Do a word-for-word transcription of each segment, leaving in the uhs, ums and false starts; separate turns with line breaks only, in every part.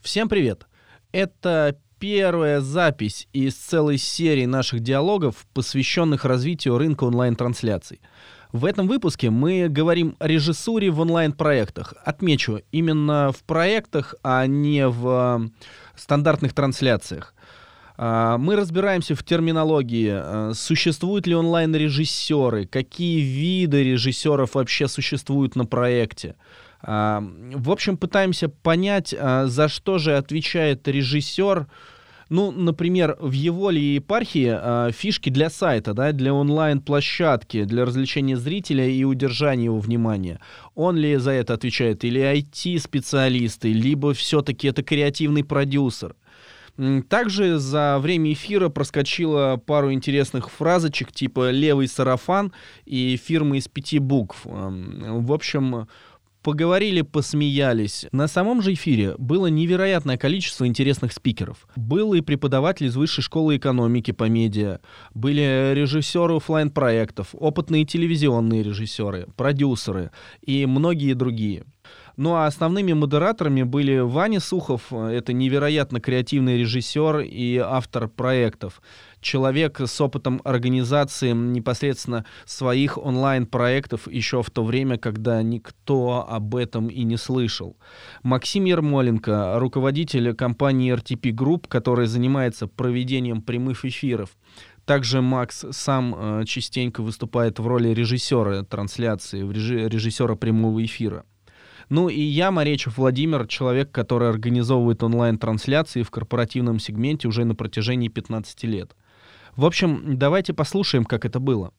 Всем привет! Это первая запись из целой серии наших диалогов, посвященных развитию рынка онлайн-трансляций. В этом выпуске мы говорим о режиссуре в онлайн-проектах. Отмечу, именно в проектах, а не в э, стандартных трансляциях. Э, мы разбираемся в терминологии, э, существуют ли онлайн-режиссеры, какие виды режиссеров вообще существуют на проекте. Э, в общем, пытаемся понять, э, за что же отвечает режиссер. Ну, например, в его ли епархии э, фишки для сайта, да, для онлайн-площадки, для развлечения зрителя и удержания его внимания. Он ли за это отвечает, или ай ти-специалисты, либо все-таки это креативный продюсер. Также за время эфира проскочило пару интересных фразочек, типа «левый сарафан» и «фирма из пяти букв». В общем... Поговорили, посмеялись. На самом же эфире было невероятное количество интересных спикеров. Был и преподаватель из Высшей школы экономики по медиа, были режиссеры офлайн-проектов, опытные телевизионные режиссеры, продюсеры и многие другие. Ну а основными модераторами были Ваня Сухов, это невероятно креативный режиссер и автор проектов. Человек с опытом организации непосредственно своих онлайн-проектов еще в то время, когда никто об этом и не слышал. Максим Ермоленко, руководитель компании эр ти пи Group, которая занимается проведением прямых эфиров. Также Макс сам э, частенько выступает в роли режиссера трансляции, режиссера прямого эфира. Ну и я, Маречев Владимир, человек, который организовывает онлайн-трансляции в корпоративном сегменте уже на протяжении пятнадцати лет. В общем, давайте послушаем, как это было.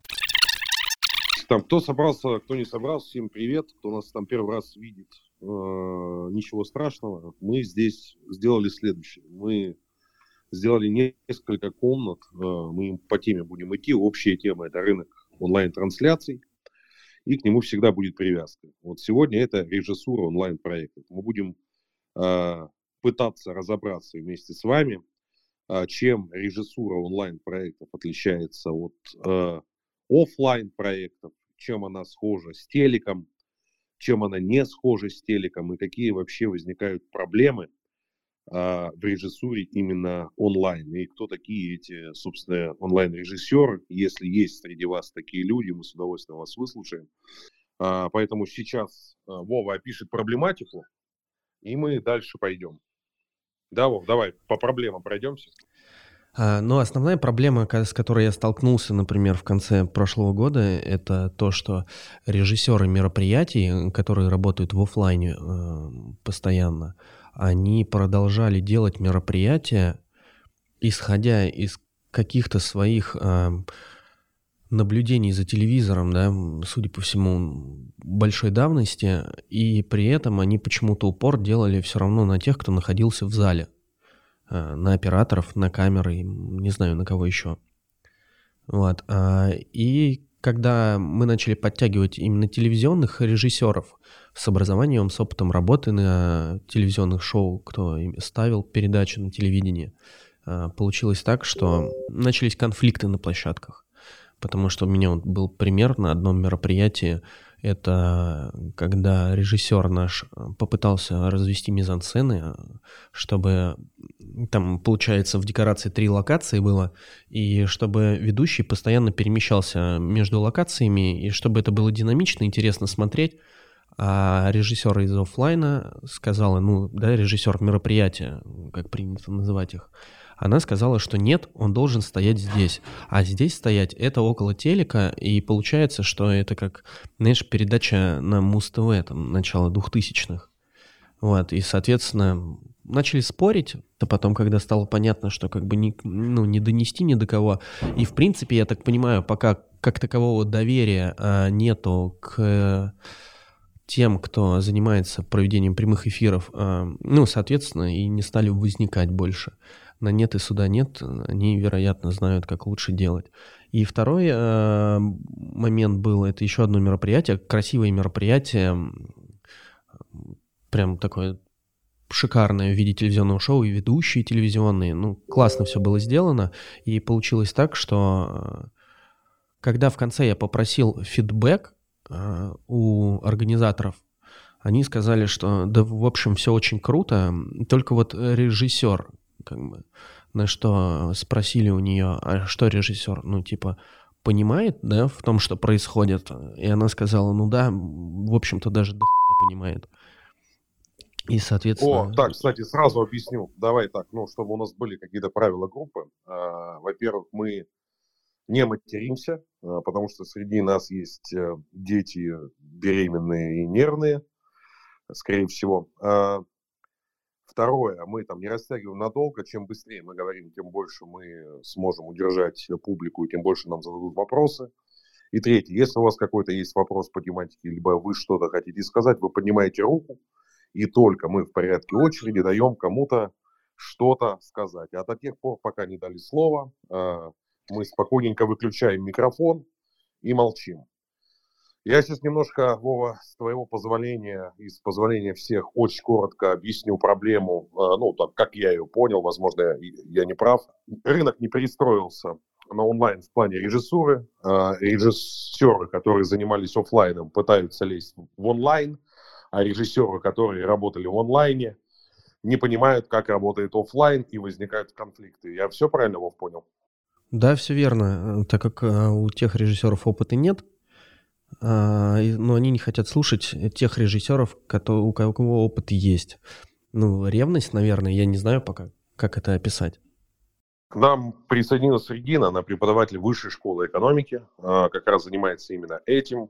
Там, кто собрался, кто не собрался, всем привет. Кто нас там первый раз видит, э, ничего страшного. Мы здесь сделали следующее. Мы сделали несколько комнат. Э, мы по теме будем идти. Общая тема — это рынок онлайн-трансляций. И к нему всегда будет привязка. Вот сегодня это режиссура онлайн-проектов. Мы будем э, пытаться разобраться вместе с вами, э, чем режиссура онлайн-проектов отличается от э, офлайн-проектов, чем она схожа с телеком, чем она не схожа с телеком, и какие вообще возникают проблемы в режиссуре именно онлайн. И кто такие эти, собственно, онлайн-режиссеры. Если есть среди вас такие люди, мы с удовольствием вас выслушаем. Поэтому сейчас Вова опишет проблематику, и мы дальше пойдем. Да, Вов, давай по проблемам пройдемся.
Но основная проблема, с которой я столкнулся, например, в конце прошлого года, это то, что режиссеры мероприятий, которые работают в офлайне постоянно, они продолжали делать мероприятия, исходя из каких-то своих э, наблюдений за телевизором, да, судя по всему, большой давности, и при этом они почему-то упор делали все равно на тех, кто находился в зале, э, на операторов, на камеры, не знаю, на кого еще. Вот. А, и когда мы начали подтягивать именно телевизионных режиссеров с образованием, с опытом работы на телевизионных шоу, кто ставил передачи на телевидении, получилось так, что начались конфликты на площадках. Потому что у меня вот был пример на одном мероприятии. Это когда режиссер наш попытался развести мизансцены, чтобы там, получается, в декорации три локации было, и чтобы ведущий постоянно перемещался между локациями, и чтобы это было динамично, интересно смотреть. А режиссер из офлайна сказала, ну, да, режиссер мероприятия, как принято называть их, она сказала, что нет, он должен стоять здесь. А здесь стоять — это около телека, и получается, что это как, знаешь, передача на Муз-ТВ, там, начало двухтысячных. Вот, и, соответственно, начали спорить, а потом, когда стало понятно, что как бы не, ну, не донести ни до кого, и, в принципе, я так понимаю, пока как такового доверия а, нету к тем, кто занимается проведением прямых эфиров, а, ну, соответственно, и не стали возникать больше. На нет и суда нет, они, вероятно, знают, как лучше делать. И второй э, момент был, это еще одно мероприятие, красивое мероприятие, прям такое шикарное в виде телевизионного шоу, и ведущие телевизионные, ну, классно все было сделано, и получилось так, что когда в конце я попросил фидбэк э, у организаторов, они сказали, что да, в общем, все очень круто, только вот режиссер, как бы, на что спросили у нее, а что режиссер, ну, типа, понимает, да, в том, что происходит? И она сказала, ну да, в общем-то, даже до хуя понимает. И, соответственно...
О, так, кстати, сразу объясню. Давай так, ну, чтобы у нас были какие-то правила группы. А, во-первых, мы не материмся, а, потому что среди нас есть а, дети беременные и нервные, скорее всего. А, второе, мы там не растягиваем надолго. Чем быстрее мы говорим, тем больше мы сможем удержать публику, и тем больше нам зададут вопросы. И третье, если у вас какой-то есть вопрос по тематике, либо вы что-то хотите сказать, вы поднимаете руку, и только мы в порядке очереди даем кому-то что-то сказать. А до тех пор, пока не дали слово, мы спокойненько выключаем микрофон и молчим. Я сейчас немножко, Вова, с твоего позволения и с позволения всех очень коротко объясню проблему, ну, так, как я ее понял, возможно, я не прав. Рынок не перестроился на онлайн в плане режиссуры. Режиссеры, которые занимались офлайном, пытаются лезть в онлайн, а режиссеры, которые работали в онлайне, не понимают, как работает офлайн, и возникают конфликты. Я все правильно, Вов, понял?
Да, все верно. Так как у тех режиссеров опыта нет, но они не хотят слушать тех режиссеров, у кого опыт есть. Ну, ревность, наверное, я не знаю пока, как это описать.
К нам присоединилась Регина, она преподаватель Высшей школы экономики, как раз занимается именно этим.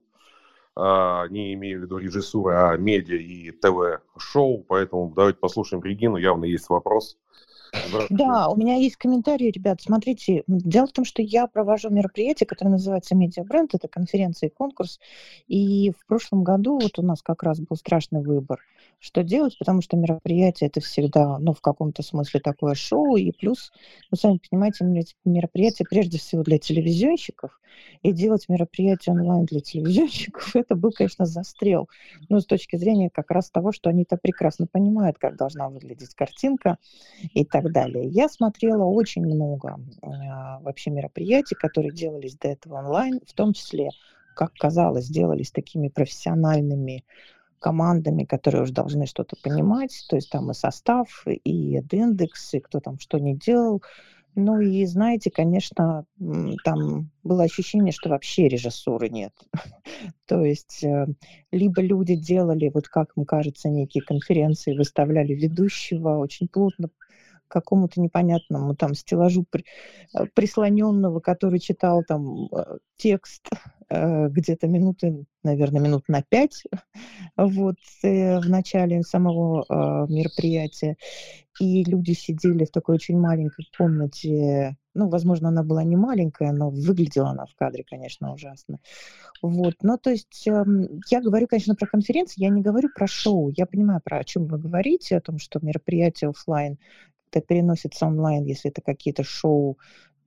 Не имею в виду режиссуры, а медиа и ТВ-шоу, поэтому давайте послушаем Регину, явно есть вопрос.
Да, у меня есть комментарий, ребят. Смотрите, дело в том, что я провожу мероприятие, которое называется «Медиабренд», это конференция и конкурс, и в прошлом году вот у нас как раз был страшный выбор, что делать, потому что мероприятие это всегда, ну, в каком-то смысле такое шоу, и плюс, вы сами понимаете, мероприятие прежде всего для телевизионщиков, и делать мероприятие онлайн для телевизионщиков, это был, конечно, застрел. Но с точки зрения как раз того, что они-то прекрасно понимают, как должна выглядеть картинка и так далее. Я смотрела очень много э, вообще мероприятий, которые делались до этого онлайн, в том числе, как казалось, делались такими профессиональными командами, которые уже должны что-то понимать, то есть там и состав, и индекс, и кто там что не делал. Ну и знаете, конечно, там было ощущение, что вообще режиссуры нет. То есть либо люди делали, вот как им кажется, некие конференции, выставляли ведущего очень плотно к какому-то непонятному там стеллажу при, прислоненного, который читал там текст э, где-то минуты, наверное, минут на пять вот, э, в начале самого э, мероприятия. И люди сидели в такой очень маленькой комнате. Ну, возможно, она была не маленькая, но выглядела она в кадре, конечно, ужасно. Вот, ну, то есть э, я говорю, конечно, про конференции, я не говорю про шоу. Я понимаю, про о чем вы говорите, о том, что мероприятие офлайн это переносится онлайн, если это какие-то шоу,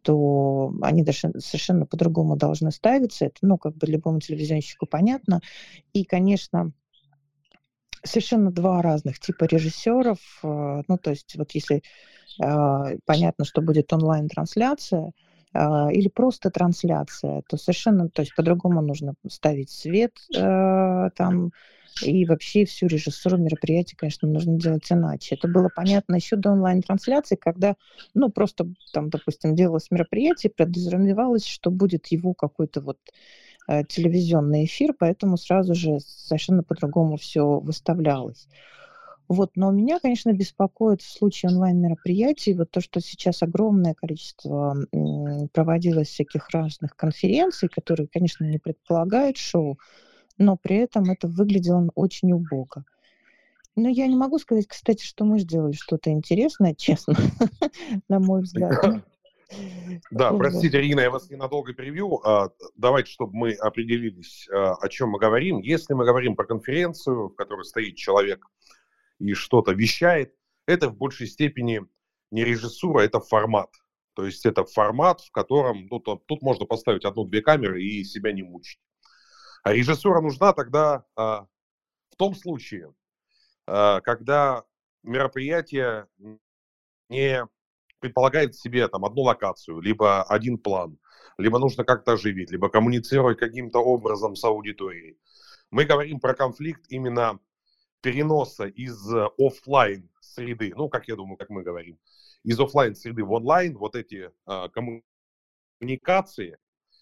то они даже совершенно по-другому должны ставиться. Это, ну, как бы любому телевизионщику понятно. И, конечно, совершенно два разных типа режиссеров. Ну, то есть вот если э, понятно, что будет онлайн-трансляция э, или просто трансляция, то совершенно, то есть по-другому нужно ставить свет э, там, и вообще всю режиссуру мероприятия, конечно, нужно делать иначе. Это было понятно еще до онлайн-трансляции, когда, ну, просто там, допустим, делалось мероприятие, подразумевалось, что будет его какой-то вот э, телевизионный эфир, поэтому сразу же совершенно по-другому все выставлялось. Вот, но меня, конечно, беспокоит в случае онлайн-мероприятий вот то, что сейчас огромное количество м, проводилось всяких разных конференций, которые, конечно, не предполагают шоу, но при этом это выглядело очень убого. Но я не могу сказать, кстати, что мы сделали что-то интересное, честно, на мой взгляд.
Да, простите, Ирина, я вас ненадолго перебью. Давайте, чтобы мы определились, о чем мы говорим. Если мы говорим про конференцию, в которой стоит человек и что-то вещает, это в большей степени не режиссура, это формат. То есть это формат, в котором ну, тут можно поставить одну-две камеры и себя не мучить. А режиссура нужна тогда а, в том случае, а, когда мероприятие не предполагает в себе там, одну локацию, либо один план, либо нужно как-то оживить, либо коммуницировать каким-то образом с аудиторией. Мы говорим про конфликт именно переноса из офлайн среды, ну, как я думаю, как мы говорим, из офлайн среды в онлайн, вот эти э, коммуникации,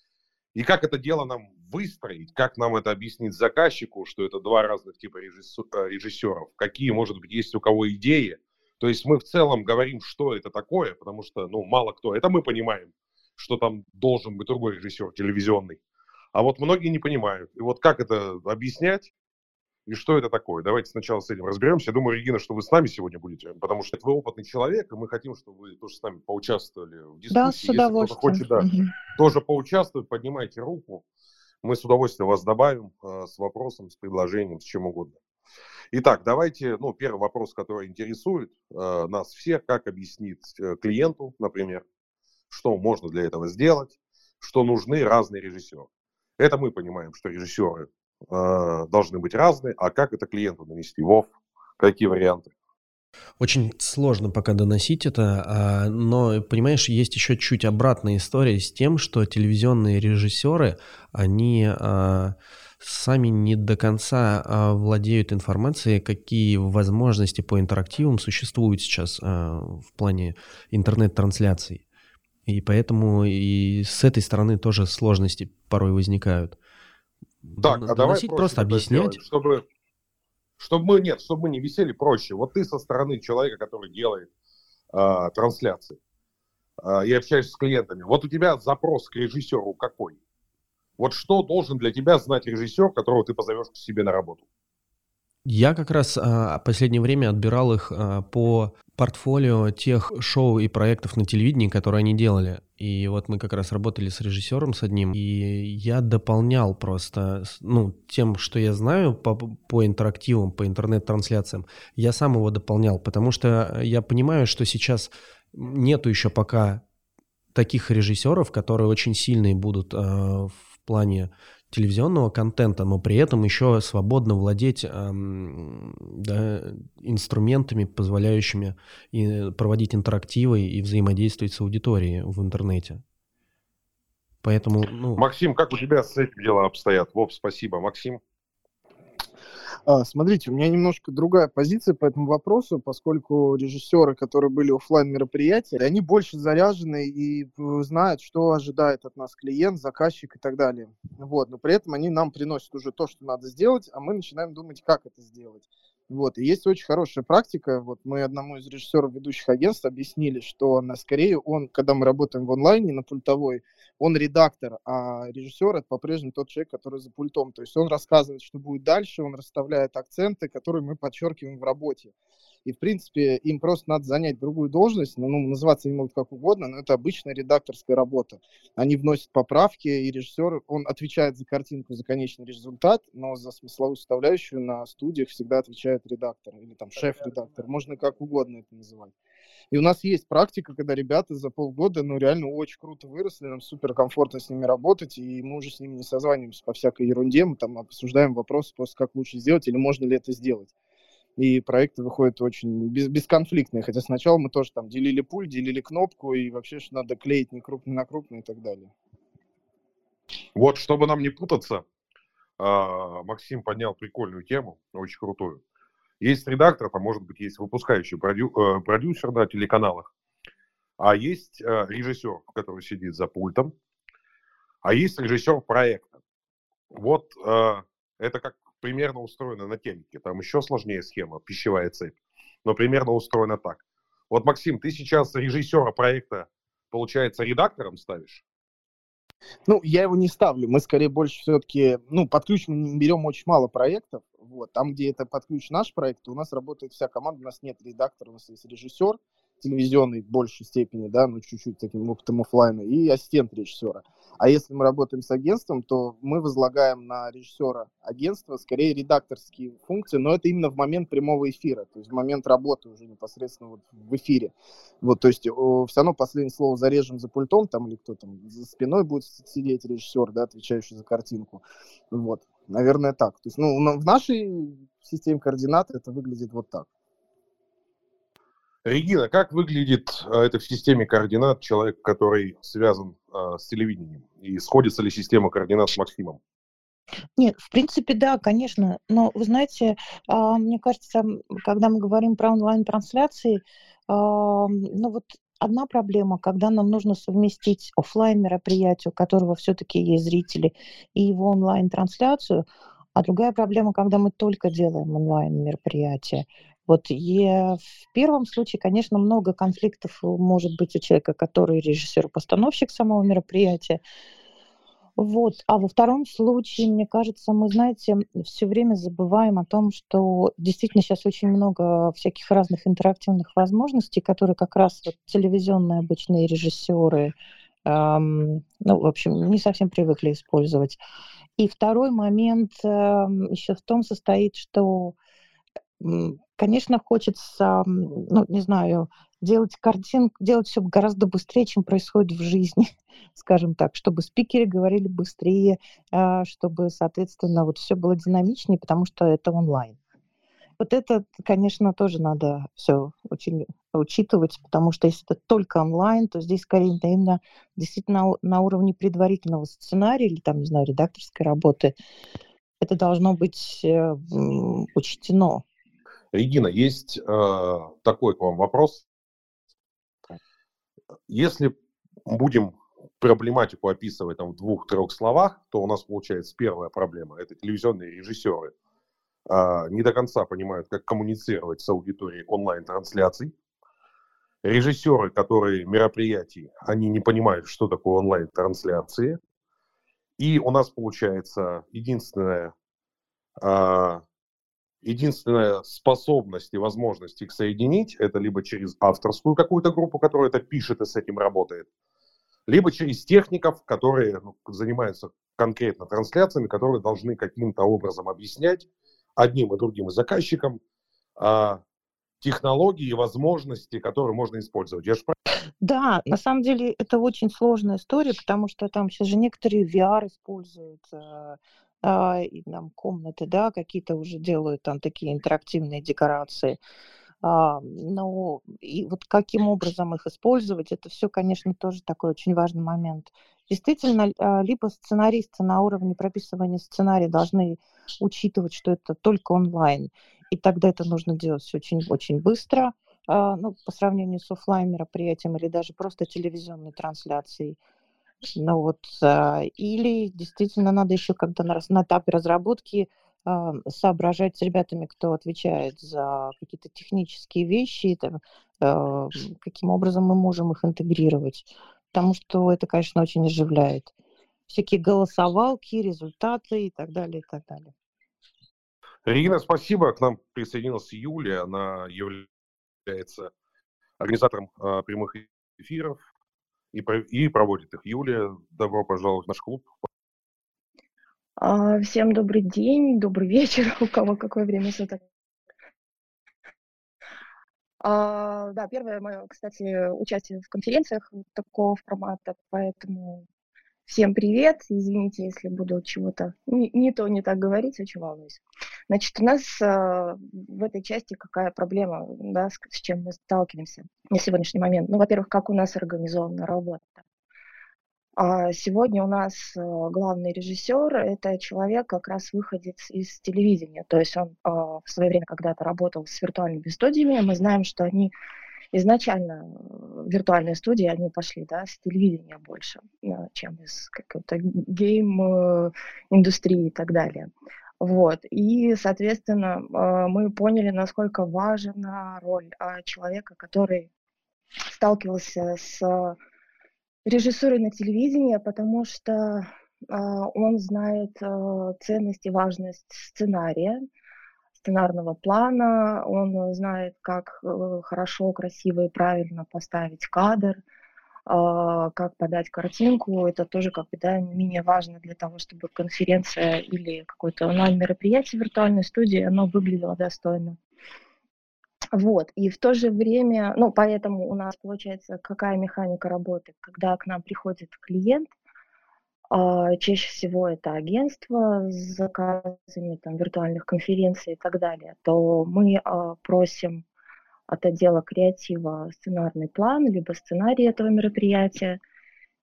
и как это дело нам выстроить, как нам это объяснить заказчику, что это два разных типа режиссеров, какие, может быть, есть у кого идеи. То есть мы в целом говорим, что это такое, потому что, ну, мало кто, это мы понимаем, что там должен быть другой режиссер телевизионный. А вот многие не понимают. И вот как это объяснять и что это такое? Давайте сначала с этим разберемся. Я думаю, Регина, что вы с нами сегодня будете, потому что вы опытный человек, и мы хотим, чтобы вы тоже с нами поучаствовали в дискуссии.
Да, с
Если кто-то хочет, да,
удовольствием. Мгм.
тоже поучаствовать, поднимайте руку. Мы с удовольствием вас добавим э, с вопросом, с предложением, с чем угодно. Итак, давайте, ну, первый вопрос, который интересует э, нас всех, как объяснить э, клиенту, например, что можно для этого сделать, что нужны разные режиссеры. Это мы понимаем, что режиссеры э, должны быть разные, а как это клиенту донести? Вов, какие варианты?
Очень сложно пока доносить это, а, но, понимаешь, есть еще чуть обратная история с тем, что телевизионные режиссеры, они а, сами не до конца а, владеют информацией, какие возможности по интерактивам существуют сейчас а, в плане интернет-трансляций. И поэтому и с этой стороны тоже сложности порой возникают.
Так,
Дон-
а давай
Доносить,
проще
просто
тогда
объяснять.
сделаем, чтобы, чтобы мы, нет, чтобы мы не висели проще. Вот ты со стороны человека, который делает э, трансляции, э, и общаешься с клиентами. Вот у тебя запрос к режиссеру какой? Вот что должен для тебя знать режиссер, которого ты позовешь к себе на работу?
Я как раз а, последнее время отбирал их а, по портфолио тех шоу и проектов на телевидении, которые они делали. И вот мы как раз работали с режиссером с одним, и я дополнял просто, с- ну, тем, что я знаю по, по интерактивам, по интернет-трансляциям, я сам его дополнял, потому что я понимаю, что сейчас нету еще пока таких режиссеров, которые очень сильные будут а, в плане телевизионного контента, но при этом еще свободно владеть ам, да, инструментами, позволяющими и проводить интерактивы и взаимодействовать с аудиторией в интернете. Поэтому, ну,
Максим, как у тебя с этим дела обстоят? Вов, спасибо. Максим?
А, Смотрите, у меня немножко другая позиция по этому вопросу, поскольку режиссеры, которые были оффлайн мероприятия, они больше заряжены и э, знают, что ожидает от нас клиент, заказчик и так далее. Вот, но при этом они нам приносят уже то, что надо сделать, а мы начинаем думать, как это сделать. Вот, и есть очень хорошая практика. Вот мы одному из режиссеров ведущих агентств объяснили, что на скорее он, когда мы работаем в онлайне на пультовой, он редактор, а режиссер это по-прежнему тот человек, который за пультом. То есть он рассказывает, что будет дальше, он расставляет акценты, которые мы подчеркиваем в работе. И, в принципе, им просто надо занять другую должность, ну, называться они могут как угодно, но это обычная редакторская работа. Они вносят поправки, и режиссер, он отвечает за картинку, за конечный результат, но за смысловую составляющую на студиях всегда отвечает редактор или там шеф-редактор, можно как угодно это называть. И у нас есть практика, когда ребята за полгода, ну, реально очень круто выросли, нам супер комфортно с ними работать, и мы уже с ними не созваниваемся по всякой ерунде, мы там обсуждаем вопросы просто, как лучше сделать или можно ли это сделать. И проекты выходят очень без, бесконфликтные, хотя сначала мы тоже там делили пуль, делили кнопку, и вообще, что надо клеить не крупно на крупно и так далее.
Вот, чтобы нам не путаться, а, Максим поднял прикольную тему, очень крутую. Есть редактор, там, может быть, есть выпускающий продю, э, продюсер на телеканалах, а есть э, режиссер, который сидит за пультом, а есть режиссер проекта. Вот э, это как примерно устроено на телеке. Там еще сложнее схема, пищевая цепь, но примерно устроено так. Вот, Максим, ты сейчас режиссера проекта, получается, редактором ставишь?
Ну, я его не ставлю. Мы скорее больше все-таки, ну, под ключ мы берем очень мало проектов. Вот. Там, где это под ключ наш проект, у нас работает вся команда, у нас нет редактора, у нас есть режиссер телевизионный в большей степени, да, ну, чуть-чуть таким опытом оффлайна, и ассистент режиссера. А если мы работаем с агентством, то мы возлагаем на режиссера агентства скорее редакторские функции, но это именно в момент прямого эфира, то есть в момент работы уже непосредственно вот в эфире. Вот, то есть о, все равно последнее слово зарежем за пультом, там, или кто там за спиной будет сидеть режиссер, да, отвечающий за картинку. Вот, наверное, так. То есть, ну, в нашей системе координат это выглядит вот так.
Регина, как выглядит э, это в системе координат человек, который связан э, с телевидением? И сходится ли система координат с Максимом?
Нет, в принципе, да, конечно. Но вы знаете, а, мне кажется, м, когда мы говорим про онлайн-трансляции, ам, ну вот одна проблема, когда нам нужно совместить оффлайн мероприятие, у которого все-таки есть зрители, и его онлайн-трансляцию, а другая проблема, когда мы только делаем онлайн-мероприятие. Вот е- в первом случае, конечно, много конфликтов э, может быть у человека, который режиссер-постановщик самого мероприятия. Вот. А во втором случае, мне кажется, мы, знаете, все время забываем о том, что действительно сейчас очень много всяких разных интерактивных возможностей, которые как раз вот телевизионные обычные режиссеры, ам, ну, в общем, не совсем привыкли использовать. И второй момент ам, еще в том состоит, что М, конечно, хочется, м, ну, не знаю, делать картинку, делать все гораздо быстрее, чем происходит в жизни, скажем так, чтобы спикеры говорили быстрее, а, чтобы, соответственно, вот все было динамичнее, потому что это онлайн. Вот это, конечно, тоже надо все очень учитывать, потому что если это только онлайн, то здесь скорее, наверно, действительно у- на уровне предварительного сценария или там, не знаю, редакторской работы это должно быть, э, м, учтено.
Регина, есть э, такой к вам вопрос. Если будем проблематику описывать там, в двух-трех словах, то у нас получается первая проблема – это телевизионные режиссеры а, не до конца понимают, как коммуницировать с аудиторией онлайн-трансляций. Режиссеры, которые мероприятий, они не понимают, что такое онлайн-трансляции. И у нас получается единственная, а, единственная способность и возможность их соединить, это либо через авторскую какую-то группу, которая это пишет и с этим работает, либо через техников, которые ну, занимаются конкретно трансляциями, которые должны каким-то образом объяснять одним и другим заказчикам а, технологии и возможности, которые можно использовать. Я же
Да, на самом деле это очень сложная история, потому что там сейчас же некоторые ви ар используют, э, а, и там комнаты, да, какие-то уже делают там такие интерактивные декорации. А, но и вот каким образом их использовать, это все, конечно, тоже такой очень важный момент. Действительно, а, либо сценаристы на уровне прописывания сценария должны учитывать, что это только онлайн, и тогда это нужно делать всё очень очень быстро, а, ну, по сравнению с оффлайн мероприятием или даже просто телевизионной трансляцией. Ну вот, а, или действительно надо еще когда на рас на этапе разработки, а, соображать с ребятами, кто отвечает за какие-то технические вещи, там, а, каким образом мы можем их интегрировать. Потому что это, конечно, очень оживляет. Всякие голосовалки, результаты и так далее, и так далее.
Регина, спасибо. К нам присоединилась Юлия. Она является организатором а, прямых эфиров и, про- и проводит их. Юлия, добро пожаловать в наш клуб.
А, Всем добрый день, добрый вечер, у кого какое время суток. А, Да, первое мое, кстати, участие в конференциях вот такого формата, поэтому всем привет. Извините, если буду чего-то не, не то, не так говорить, очень волнуюсь. Значит, у нас а, в этой части какая проблема, да, с, с чем мы сталкиваемся на сегодняшний момент. Ну, во-первых, как у нас организована работа. А сегодня у нас э, главный режиссер – это человек, как раз выходец из телевидения. То есть он а, в свое время когда-то работал с виртуальными студиями. Мы знаем, что они изначально, э, виртуальные студии, они пошли, да, с телевидения больше, э, чем из какой-то гейм-индустрии и так далее. Вот. И, соответственно, э, мы поняли, насколько важна роль а, человека, который сталкивался с режиссурой на телевидении, потому что а, он знает а, ценность и важность сценария, сценарного плана, он знает, как э, хорошо, красиво и правильно поставить кадр, а, как подать картинку. Это тоже как бы, да, не менее важно для того, чтобы конференция или какое-то онлайн-мероприятие в виртуальной студии, оно выглядело достойно. Вот, и в то же время, ну, поэтому у нас получается какая механика работы, когда к нам приходит клиент, а, чаще всего это агентство с заказами там виртуальных конференций и так далее, то мы а, просим от отдела креатива сценарный план, либо сценарий этого мероприятия,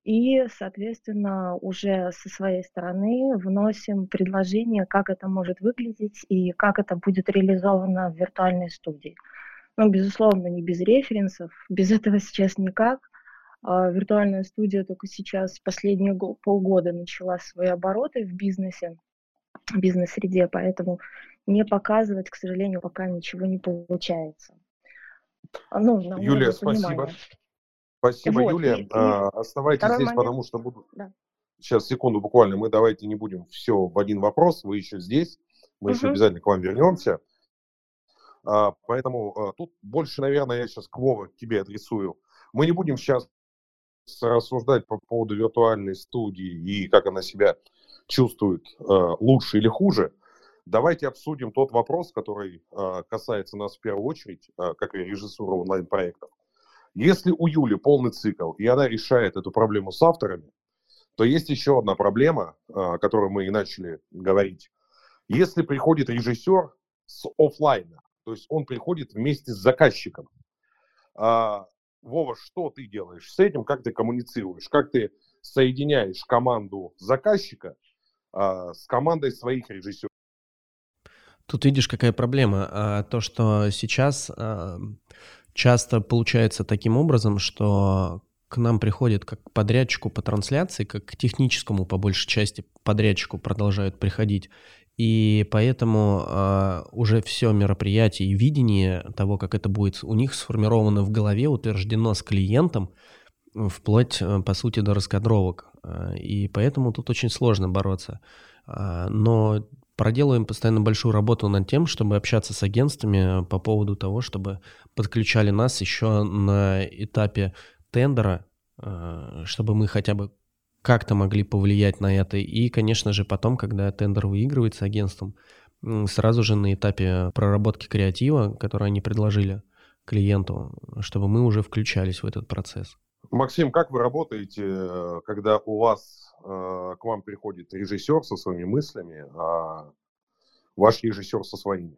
И, соответственно, уже со своей стороны вносим предложение, как это может выглядеть и как это будет реализовано в виртуальной студии. Ну, безусловно, не без референсов, без этого сейчас никак. А виртуальная студия только сейчас, последние го- полгода начала свои обороты в бизнесе, в бизнес-среде, поэтому не показывать, к сожалению, пока ничего не получается. А, Ну, на
Юлия,
уровне
спасибо.
понимания.
Спасибо,
Вот, и,
Юлия.
и
А, Оставайтесь
второй
здесь,
момент,
потому что буду...
да.
Сейчас, секунду, буквально. Мы давайте не будем все в один вопрос. Вы еще здесь. Мы еще
Мгм.
обязательно к вам вернемся. А, Поэтому а, тут больше, наверное, я сейчас к Вове, к тебе адресую. Мы не будем сейчас рассуждать по поводу виртуальной студии и как она себя чувствует, а, лучше или хуже. Давайте обсудим тот вопрос, который а, касается нас в первую очередь, а, как и режиссуры онлайн-проектов. Если у Юли полный цикл, и она решает эту проблему с авторами, то есть еще одна проблема, о которой мы и начали говорить. Если приходит режиссер с офлайна, то есть он приходит вместе с заказчиком, а, Вова, что ты делаешь с этим, как ты коммуницируешь, как ты соединяешь команду заказчика а, с командой своих режиссеров?
Тут видишь, какая проблема. А, То, что сейчас а, часто получается таким образом, что к нам приходят как к подрядчику по трансляции, как к техническому, по большей части, подрядчику продолжают приходить. И поэтому а, уже все мероприятие и видение того, как это будет у них сформировано в голове, утверждено с клиентом, м, вплоть, э, по сути, до раскадровок. А, И поэтому тут очень сложно бороться. А, Но проделываем постоянно большую работу над тем, чтобы общаться с агентствами по поводу того, чтобы подключали нас еще на этапе тендера, а, чтобы мы хотя бы как-то могли повлиять на это. И, конечно же, потом, когда тендер выигрывается агентством, м, сразу же на этапе проработки креатива, который они предложили клиенту, чтобы мы уже включались в этот процесс.
Максим, как вы работаете, э, когда у вас э, к вам приходит режиссер со своими мыслями, а ваш режиссер со своими?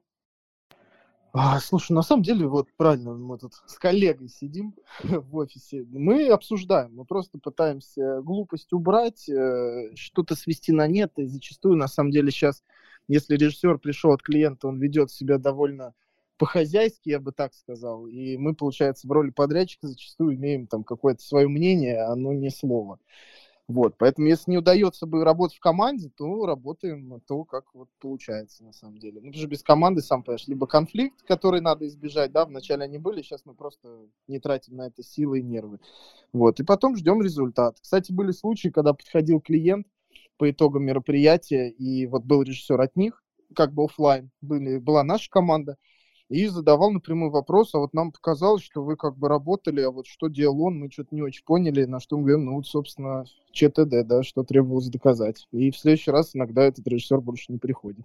А, слушай, на самом деле, вот правильно, мы тут с коллегой сидим в офисе, мы обсуждаем, мы просто пытаемся глупость убрать, э, что-то свести на нет, и зачастую, на самом деле, сейчас, если режиссер пришел от клиента, он ведет себя довольно по-хозяйски, я бы так сказал, и мы, получается, в роли подрядчика зачастую имеем там какое-то свое мнение, а оно не слово. Вот, поэтому если не удается бы работать в команде, то работаем на то, как вот получается на самом деле. Ну, потому что без команды, сам понимаешь, либо конфликт, который надо избежать, да, вначале они были, сейчас мы просто не тратим на это силы и нервы. Вот, и потом ждем результат. Кстати, были случаи, когда подходил клиент по итогам мероприятия, и вот был режиссер от них, как бы офлайн, были, была наша команда, и задавал напрямую вопрос, а вот нам показалось, что вы как бы работали, а вот что делал он, мы что-то не очень поняли, на что мы говорим, ну вот, собственно, ЧТД, да, что требовалось доказать. И в следующий раз иногда этот режиссер больше не приходит.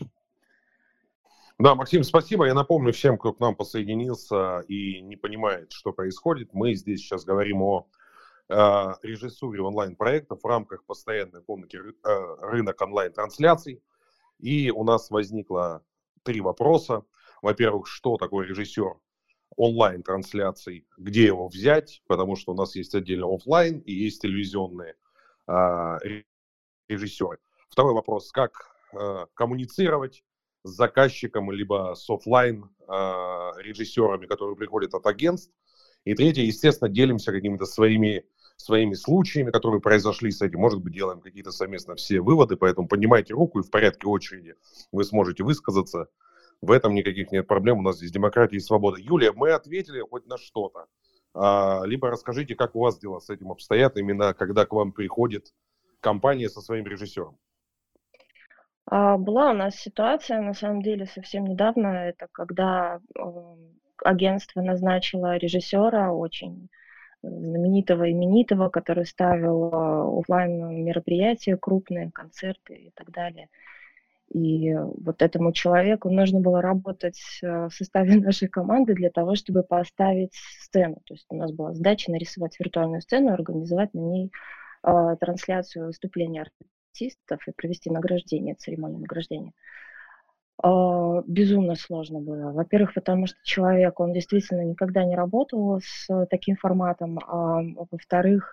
Да, Максим, спасибо. Я напомню всем, кто к нам подсоединился и не понимает, что происходит. Мы здесь сейчас говорим о э, режиссуре онлайн-проектов в рамках постоянной комнаты ры- э, рынок онлайн-трансляций. И у нас возникло три вопроса. Во-первых, что такое режиссер онлайн-трансляций, где его взять, потому что у нас есть отдельно офлайн и есть телевизионные э, режиссеры. Второй вопрос, как э, коммуницировать с заказчиком, либо с офлайн э, режиссерами, которые приходят от агентств. И третье, естественно, делимся какими-то своими, своими случаями, которые произошли с этим. Может быть, делаем какие-то совместно все выводы, поэтому поднимайте руку, и в порядке очереди вы сможете высказаться. В этом никаких нет проблем, у нас здесь демократия и свобода. Юлия, мы ответили хоть на что-то. А, либо расскажите, как у вас дела с этим обстоят, именно когда к вам приходит компания со своим режиссером.
А, Была у нас ситуация, на самом деле, совсем недавно, это когда эм, агентство назначило режиссера очень знаменитого, именитого, который ставил э, офлайн мероприятия, крупные концерты и так далее. И вот этому человеку нужно было работать э, в составе нашей команды для того, чтобы поставить сцену. То есть у нас была задача нарисовать виртуальную сцену, организовать на ней э, трансляцию выступления артистов и провести награждение, церемонию награждения. А, Безумно сложно было. Во-первых, потому что человек, он действительно никогда не работал с таким форматом, а во-вторых,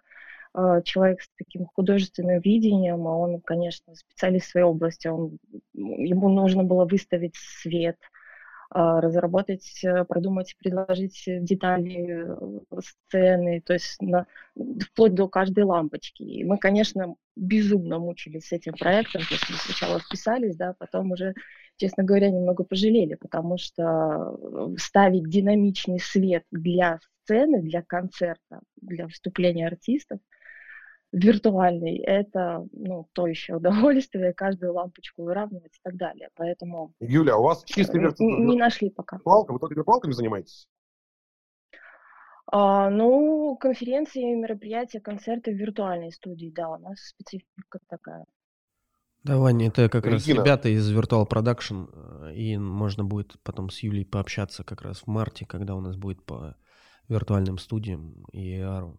э, человек с таким художественным видением, а он, конечно, специалист в своей области, он, ему нужно было выставить свет, а, разработать, э, продумать, предложить детали э, сцены, то есть на, вплоть до каждой лампочки. И мы, конечно, безумно мучились с этим проектом, то есть мы сначала вписались, да, потом уже, честно говоря, немного пожалели, потому что э, ставить динамичный свет для сцены, для концерта, для выступления артистов виртуальный, это, ну, то еще удовольствие, каждую лампочку выравнивать и так далее. Поэтому
Юля, у вас чисто
н- н- не нашли пока.
виртуалка, вы только виртуалками занимаетесь?
А, ну, конференции, мероприятия, концерты в виртуальной студии, да, у нас специфика такая.
Да, Ваня, это как раз
Регина.
ребята из Virtual Production, э, и можно будет потом с Юлей пообщаться как раз в марте, когда у нас будет по виртуальным студиям и эй ар.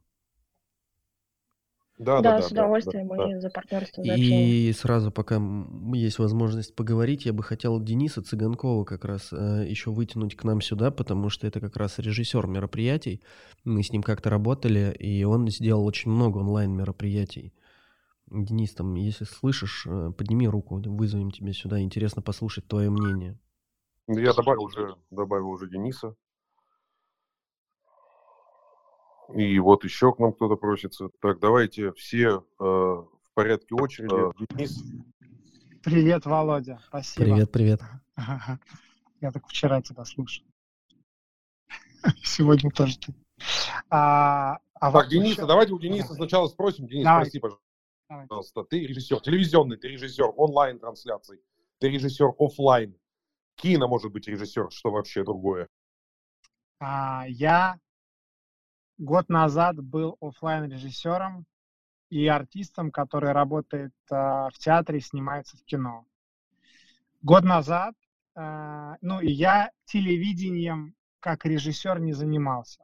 Да,
Да,
да,
с
да, да,
удовольствием,
да,
мы за партнерство, за общение.
И сразу, пока м, есть возможность поговорить, я бы хотел Дениса Цыганкова как раз э, еще вытянуть к нам сюда, потому что это как раз режиссер мероприятий. Мы с ним как-то работали, и он сделал очень много онлайн-мероприятий. Денис, там, если слышишь, э, подними руку, вызовем тебя сюда. Интересно послушать твое мнение.
Я добавил уже, добавил уже Дениса. И вот еще к нам кто-то просится. Так, давайте все э, в порядке очереди. Денис.
Привет, Володя. Спасибо.
Привет, привет.
Ага. Я так вчера тебя слушал. Сегодня тоже ты. А, а
Так,
вот
Дениса,
еще-
давайте у Дениса сначала спросим. Денис,
Давай.
прости,
Давай.
пожалуйста. Ты режиссер, телевизионный, ты режиссер онлайн-трансляций, ты режиссер офлайн. Кино, может быть, режиссер, что вообще другое?
А, я год назад был оффлайн-режиссером и артистом, который работает а, в театре и снимается в кино. Год назад, а, ну и я телевидением как режиссер не занимался.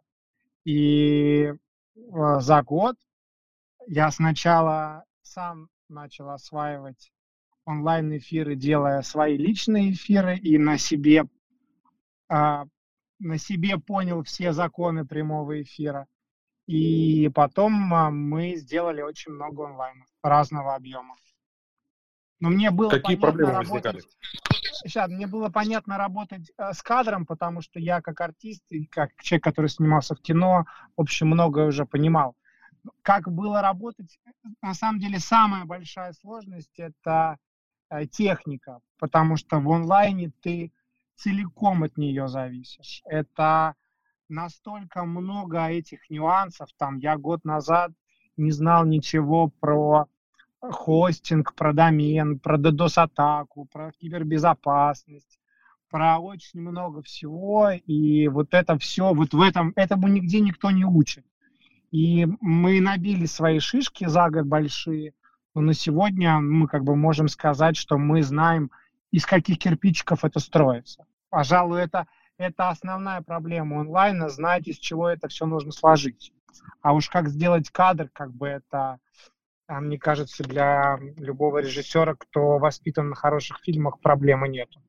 И а, за год я сначала сам начал осваивать онлайн-эфиры, делая свои личные эфиры, и на себе, а, на себе понял все законы прямого эфира. И потом а, мы сделали очень много онлайнов разного объема. Но мне было
Какие
понятно
проблемы
работать.
возникали?
Сейчас, мне было понятно работать э, с кадром, потому что я как артист и как человек, который снимался в кино, в общем, многое уже понимал. Как было работать? На самом деле самая большая сложность – это э, техника, потому что в онлайне ты целиком от нее зависишь. Это настолько много этих нюансов. Там я год назад не знал ничего про хостинг, про домен, про DDoS-атаку, про кибербезопасность, про очень много всего. И вот это все, вот в этом, этому нигде никто не учит. И мы набили свои шишки за год большие, но на сегодня мы как бы можем сказать, что мы знаем, из каких кирпичиков это строится. Пожалуй, это, это основная проблема онлайна, знать, из чего это все нужно сложить. А уж как сделать кадр, как бы это, мне кажется, для любого режиссера, кто воспитан на хороших фильмах, проблемы нету.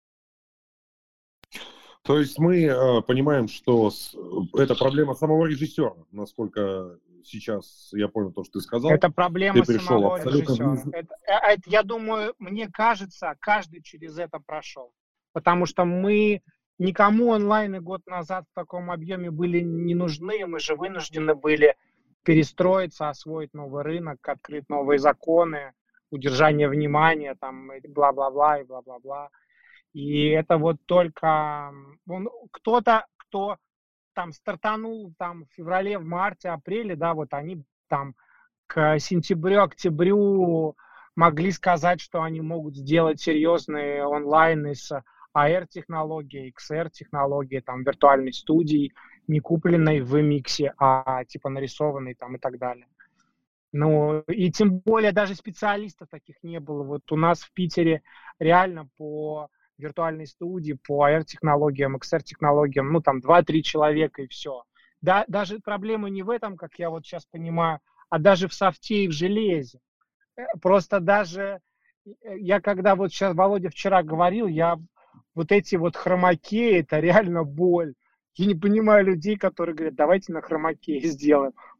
То есть мы э, понимаем, что с, это проблема самого режиссера, насколько сейчас я понял то, что ты сказал.
Это проблема
ты пришел
самого
абсолютно
режиссера.
без...
Это, это, я думаю, мне кажется, каждый через это прошел. Потому что мы никому онлайны год назад в таком объеме были не нужны, мы же вынуждены были перестроиться, освоить новый рынок, открыть новые законы, удержание внимания, там, и бла-бла-бла, и бла-бла-бла. И это вот только он, кто-то, кто там стартанул там в феврале, в марте, апреле, да, вот они там к сентябрю, октябрю могли сказать, что они могут сделать серьезные онлайны с эй ар-технологией, икс ар-технологией, там, виртуальной студией, не купленной в Миксе, а типа нарисованной там и так далее. Ну, и тем более даже специалистов таких не было. Вот у нас в Питере реально по виртуальной студии, по эй ар-технологиям, икс ар-технологиям, ну, там два-три человека и все. Да, даже проблема не в этом, как я вот сейчас понимаю, а даже в софте и в железе. Просто даже я когда вот сейчас Володя вчера говорил, я вот эти вот хромакеи, это реально боль. Я не понимаю людей, которые говорят, давайте на хромакее сделаем.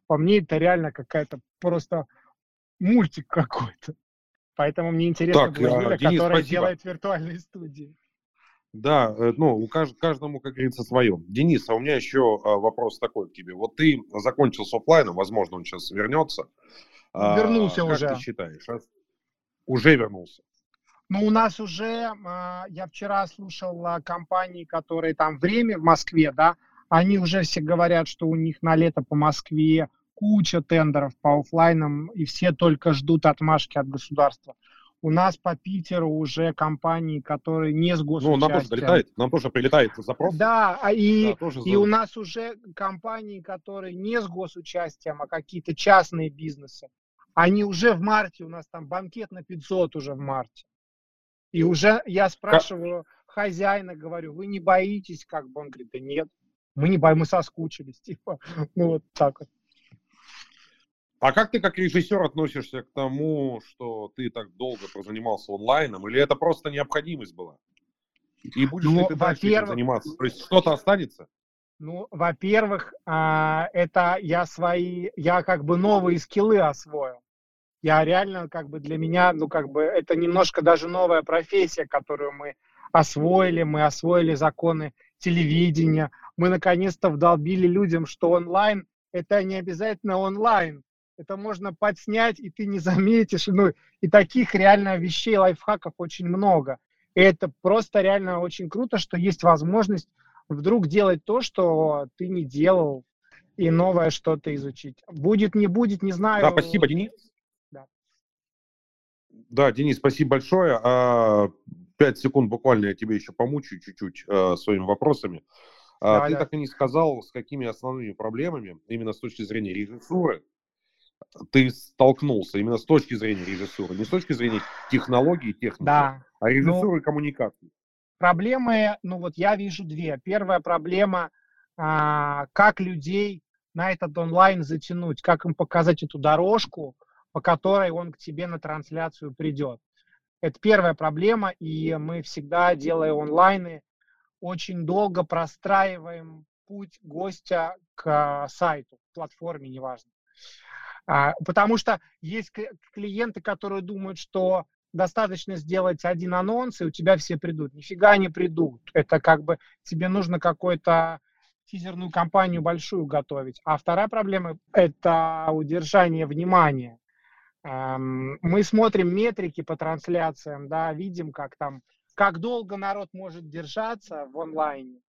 По мне это реально какая-то просто мультик какой-то. Поэтому мне интересно
Так,
было
а,
Юля,
Денис,
которая
спасибо.
делает виртуальные студии.
Да, э, ну, у кажд- каждому, как говорится, свое. Денис, а у меня еще а, вопрос такой к тебе. Вот ты закончил с оффлайном, возможно, он сейчас вернется.
Он
А,
вернулся
как ты
уже.
считаешь? а? Уже вернулся.
Ну, у нас уже, а, я вчера слушал а, компании, которые там «Время» в Москве, да, они уже все говорят, что у них на лето по Москве куча тендеров по оффлайнам, и все только ждут отмашки от государства. У нас по Питеру уже компании, которые не с
Ну, нам тоже
госучастием.
долетает, нам тоже прилетает запрос.
Да, а и,
Да, тоже
и
за-
у нас уже компании, которые не с госучастием, а какие-то частные бизнесы, они уже в марте, у нас там банкет на пятьсот уже в марте. И уже я спрашиваю хозяина, говорю, вы не боитесь, как бы? Он говорит, да нет, мы не боимся, мы соскучились, типа, ну вот так вот.
А как ты как режиссер относишься к тому, что ты так долго прозанимался онлайном, или это просто необходимость была? И будешь
Ну,
ли ты дальше этим
во-первых,
заниматься? То есть что-то останется?
Ну, во-первых, а, это я свои, я как бы новые скиллы освоил. Я реально, как бы для меня, ну, как бы это немножко даже новая профессия, которую мы освоили. Мы освоили законы телевидения. Мы наконец-то вдолбили людям, что онлайн – это не обязательно онлайн. Это можно подснять, и ты не заметишь. Ну, и таких реально вещей, лайфхаков очень много. И это просто реально очень круто, что есть возможность вдруг делать то, что ты не делал, и новое что-то изучить. Будет, не будет, не знаю.
Да, спасибо, Денис.
Да.
Да, Денис, спасибо большое. А, Пять секунд буквально я тебе еще помучаю чуть-чуть а, своими вопросами. А,
Давай,
ты
давай.
так и не сказал, с какими основными проблемами, именно с точки зрения режиссуры, ты столкнулся, именно с точки зрения режиссуры, не с точки зрения технологий и техники,
Да.
а режиссуры
Ну,
и коммуникации.
Проблемы, ну вот я вижу две. Первая проблема, а, как людей на этот онлайн затянуть, как им показать эту дорожку, по которой он к тебе на трансляцию придет. Это первая проблема, и мы всегда, делая онлайны, очень долго простраиваем путь гостя к сайту, платформе, неважно. А, Потому что есть к- клиенты, которые думают, что достаточно сделать один анонс, и у тебя все придут. Нифига не придут. Это как бы тебе нужно какую-то тизерную кампанию большую готовить. А вторая проблема – это удержание внимания. Эм, Мы смотрим метрики по трансляциям, да, видим, как там, как долго народ может держаться в онлайне.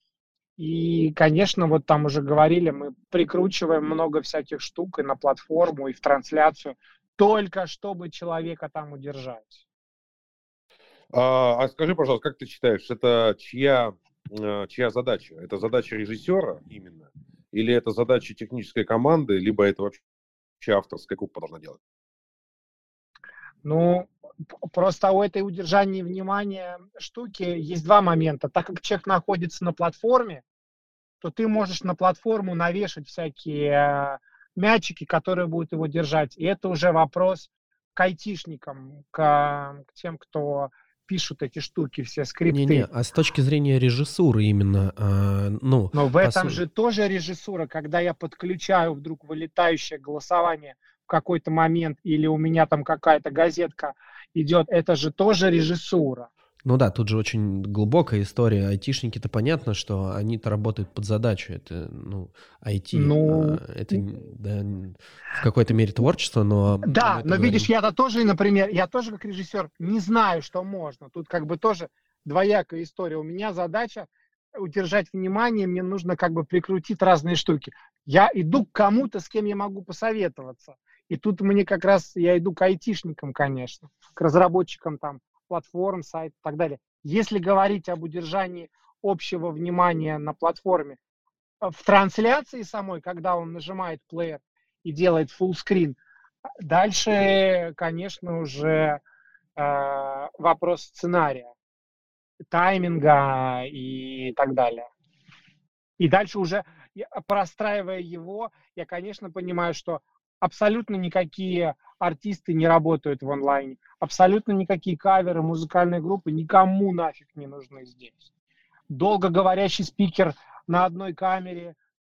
И, конечно, вот там уже говорили, мы прикручиваем много всяких штук и на платформу, и в трансляцию, только чтобы человека там удержать.
А, а скажи, пожалуйста, как ты считаешь, это чья, э, чья задача? Это задача режиссера именно? Или это задача технической команды, либо это вообще авторская группа должна делать?
Ну, п- просто у этой удержания внимания штуки есть два момента. Так как человек находится на платформе, то ты можешь на платформу навешать всякие э, мячики, которые будут его держать. И это уже вопрос к айтишникам, к, к тем, кто пишут эти штуки, все скрипты.
Не-не, а с точки зрения режиссуры именно, а, ну,
Но в
по
этом
су-
же тоже режиссура, когда я подключаю вдруг вылетающее голосование в какой-то момент, или у меня там какая-то газетка идет, это же тоже режиссура.
Ну да, тут же очень глубокая история. Айтишники-то понятно, что они-то работают под задачу. Это, ну, ай ти,
Ну,
а, это да, в какой-то мере творчество, но
Да,
мы это
но видишь,
говорим.
я-то тоже, например, я тоже как режиссер не знаю, что можно. Тут как бы тоже двоякая история. У меня задача удержать внимание, мне нужно как бы прикрутить разные штуки. Я иду к кому-то, с кем я могу посоветоваться. И тут мне как раз, я иду к айтишникам, конечно, к разработчикам там платформ, сайт и так далее. Если говорить об удержании общего внимания на платформе, в трансляции самой, когда он нажимает плеер и делает full дальше, конечно, уже э, вопрос сценария, тайминга и так далее. И дальше уже, я- простраивая его, я, конечно, понимаю, что абсолютно никакие артисты не работают в онлайне, абсолютно никакие каверы, музыкальные группы никому нафиг не нужны здесь. Долго говорящий спикер на одной камере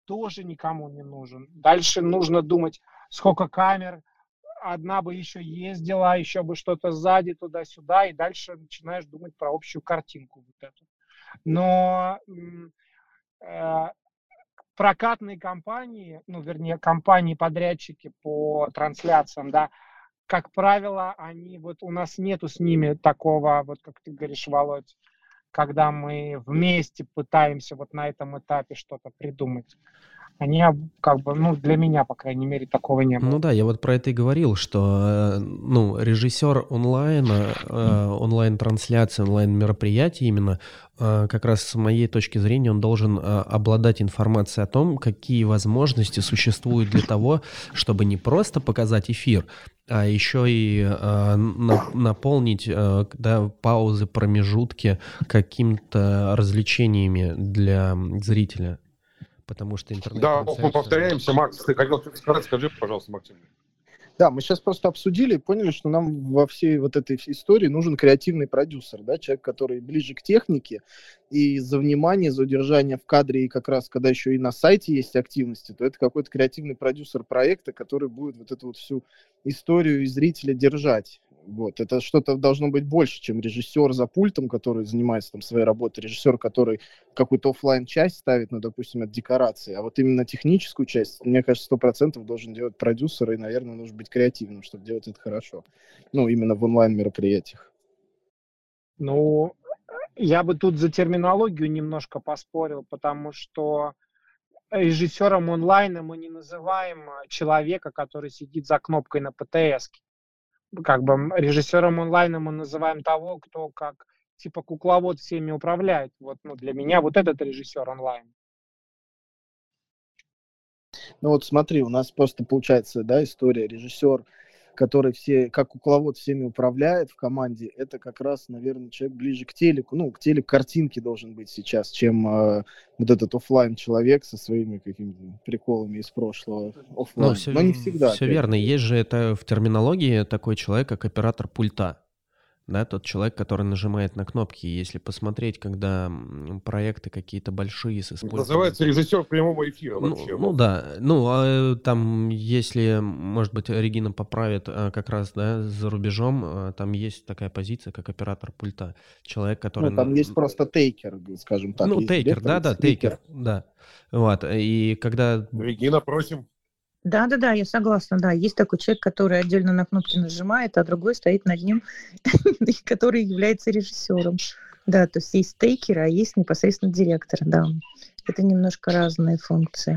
тоже никому не нужен. Дальше нужно думать, сколько камер, одна бы еще ездила, еще бы что-то сзади, туда-сюда, и дальше начинаешь думать про общую картинку вот эту. Но э, прокатные компании, ну, вернее, компании-подрядчики по трансляциям, да, как правило, они, вот у нас нету с ними такого, вот как ты говоришь, Володь, когда мы вместе пытаемся вот на этом этапе что-то придумать. Они как бы, ну, для меня, по крайней мере, такого не было.
Ну да, я вот про это и говорил, что, ну, режиссер онлайна, онлайн-трансляции, онлайн-мероприятий именно, как раз с моей точки зрения, он должен обладать информацией о том, какие возможности существуют для того, чтобы не просто показать эфир, а еще и наполнить, да, паузы, промежутки какими-то развлечениями для зрителя. Потому что интернет...
Да, мы повторяемся. Макс, ты хотел что-то сказать? Скажи, пожалуйста, Максим.
Да, мы сейчас просто обсудили и поняли, что нам во всей вот этой истории нужен креативный продюсер, да, человек, который ближе к технике, и за внимание, за удержание в кадре, и как раз, когда еще и на сайте есть активности, то это какой-то креативный продюсер проекта, который будет вот эту вот всю историю и зрителя держать. Вот. Это что-то должно быть больше, чем режиссер за пультом, который занимается там своей работой, режиссер, который какую-то офлайн-часть ставит, ну, допустим, от декорации, а вот именно техническую часть, мне кажется, сто процентов должен делать продюсер, и, наверное, нужно быть креативным, чтобы делать это хорошо. Ну, именно в онлайн-мероприятиях.
Ну, я бы тут за терминологию немножко поспорил, потому что режиссером онлайна мы не называем человека, который сидит за кнопкой на пэ тэ эс. Как бы режиссером онлайна мы называем того, кто как типа кукловод всеми управляет. Вот, ну, для меня вот этот режиссер онлайн.
Ну вот смотри, у нас просто получается, да, история, режиссер, который все, как кукловод всеми управляет в команде, это как раз, наверное, человек ближе к телеку, ну, к телекартинке должен быть сейчас, чем э, вот этот офлайн человек со своими какими-то приколами из прошлого офлайн.
Ну, все,
Но не всегда.
Все верно. Есть же это в терминологии такой человек, как оператор пульта. Да, тот человек, который нажимает на кнопки. Если посмотреть, когда проекты какие-то большие с использованием...
Называется режиссер прямого эфира вообще.
Ну, ну да, ну а там, если, может быть, Регина поправит, как раз, да, за рубежом, там есть такая позиция, как оператор пульта. Человек, который...
Ну, там есть просто тейкер, скажем так.
Ну, тейкер, да-да, тейкер, да. Вот, и когда...
Регина, просим.
Да-да-да, я согласна, да. Есть такой человек, который отдельно на кнопки нажимает, а другой стоит над ним, который является режиссером. Да, то есть есть тейкер, а есть непосредственно директор, да. Это немножко разные функции.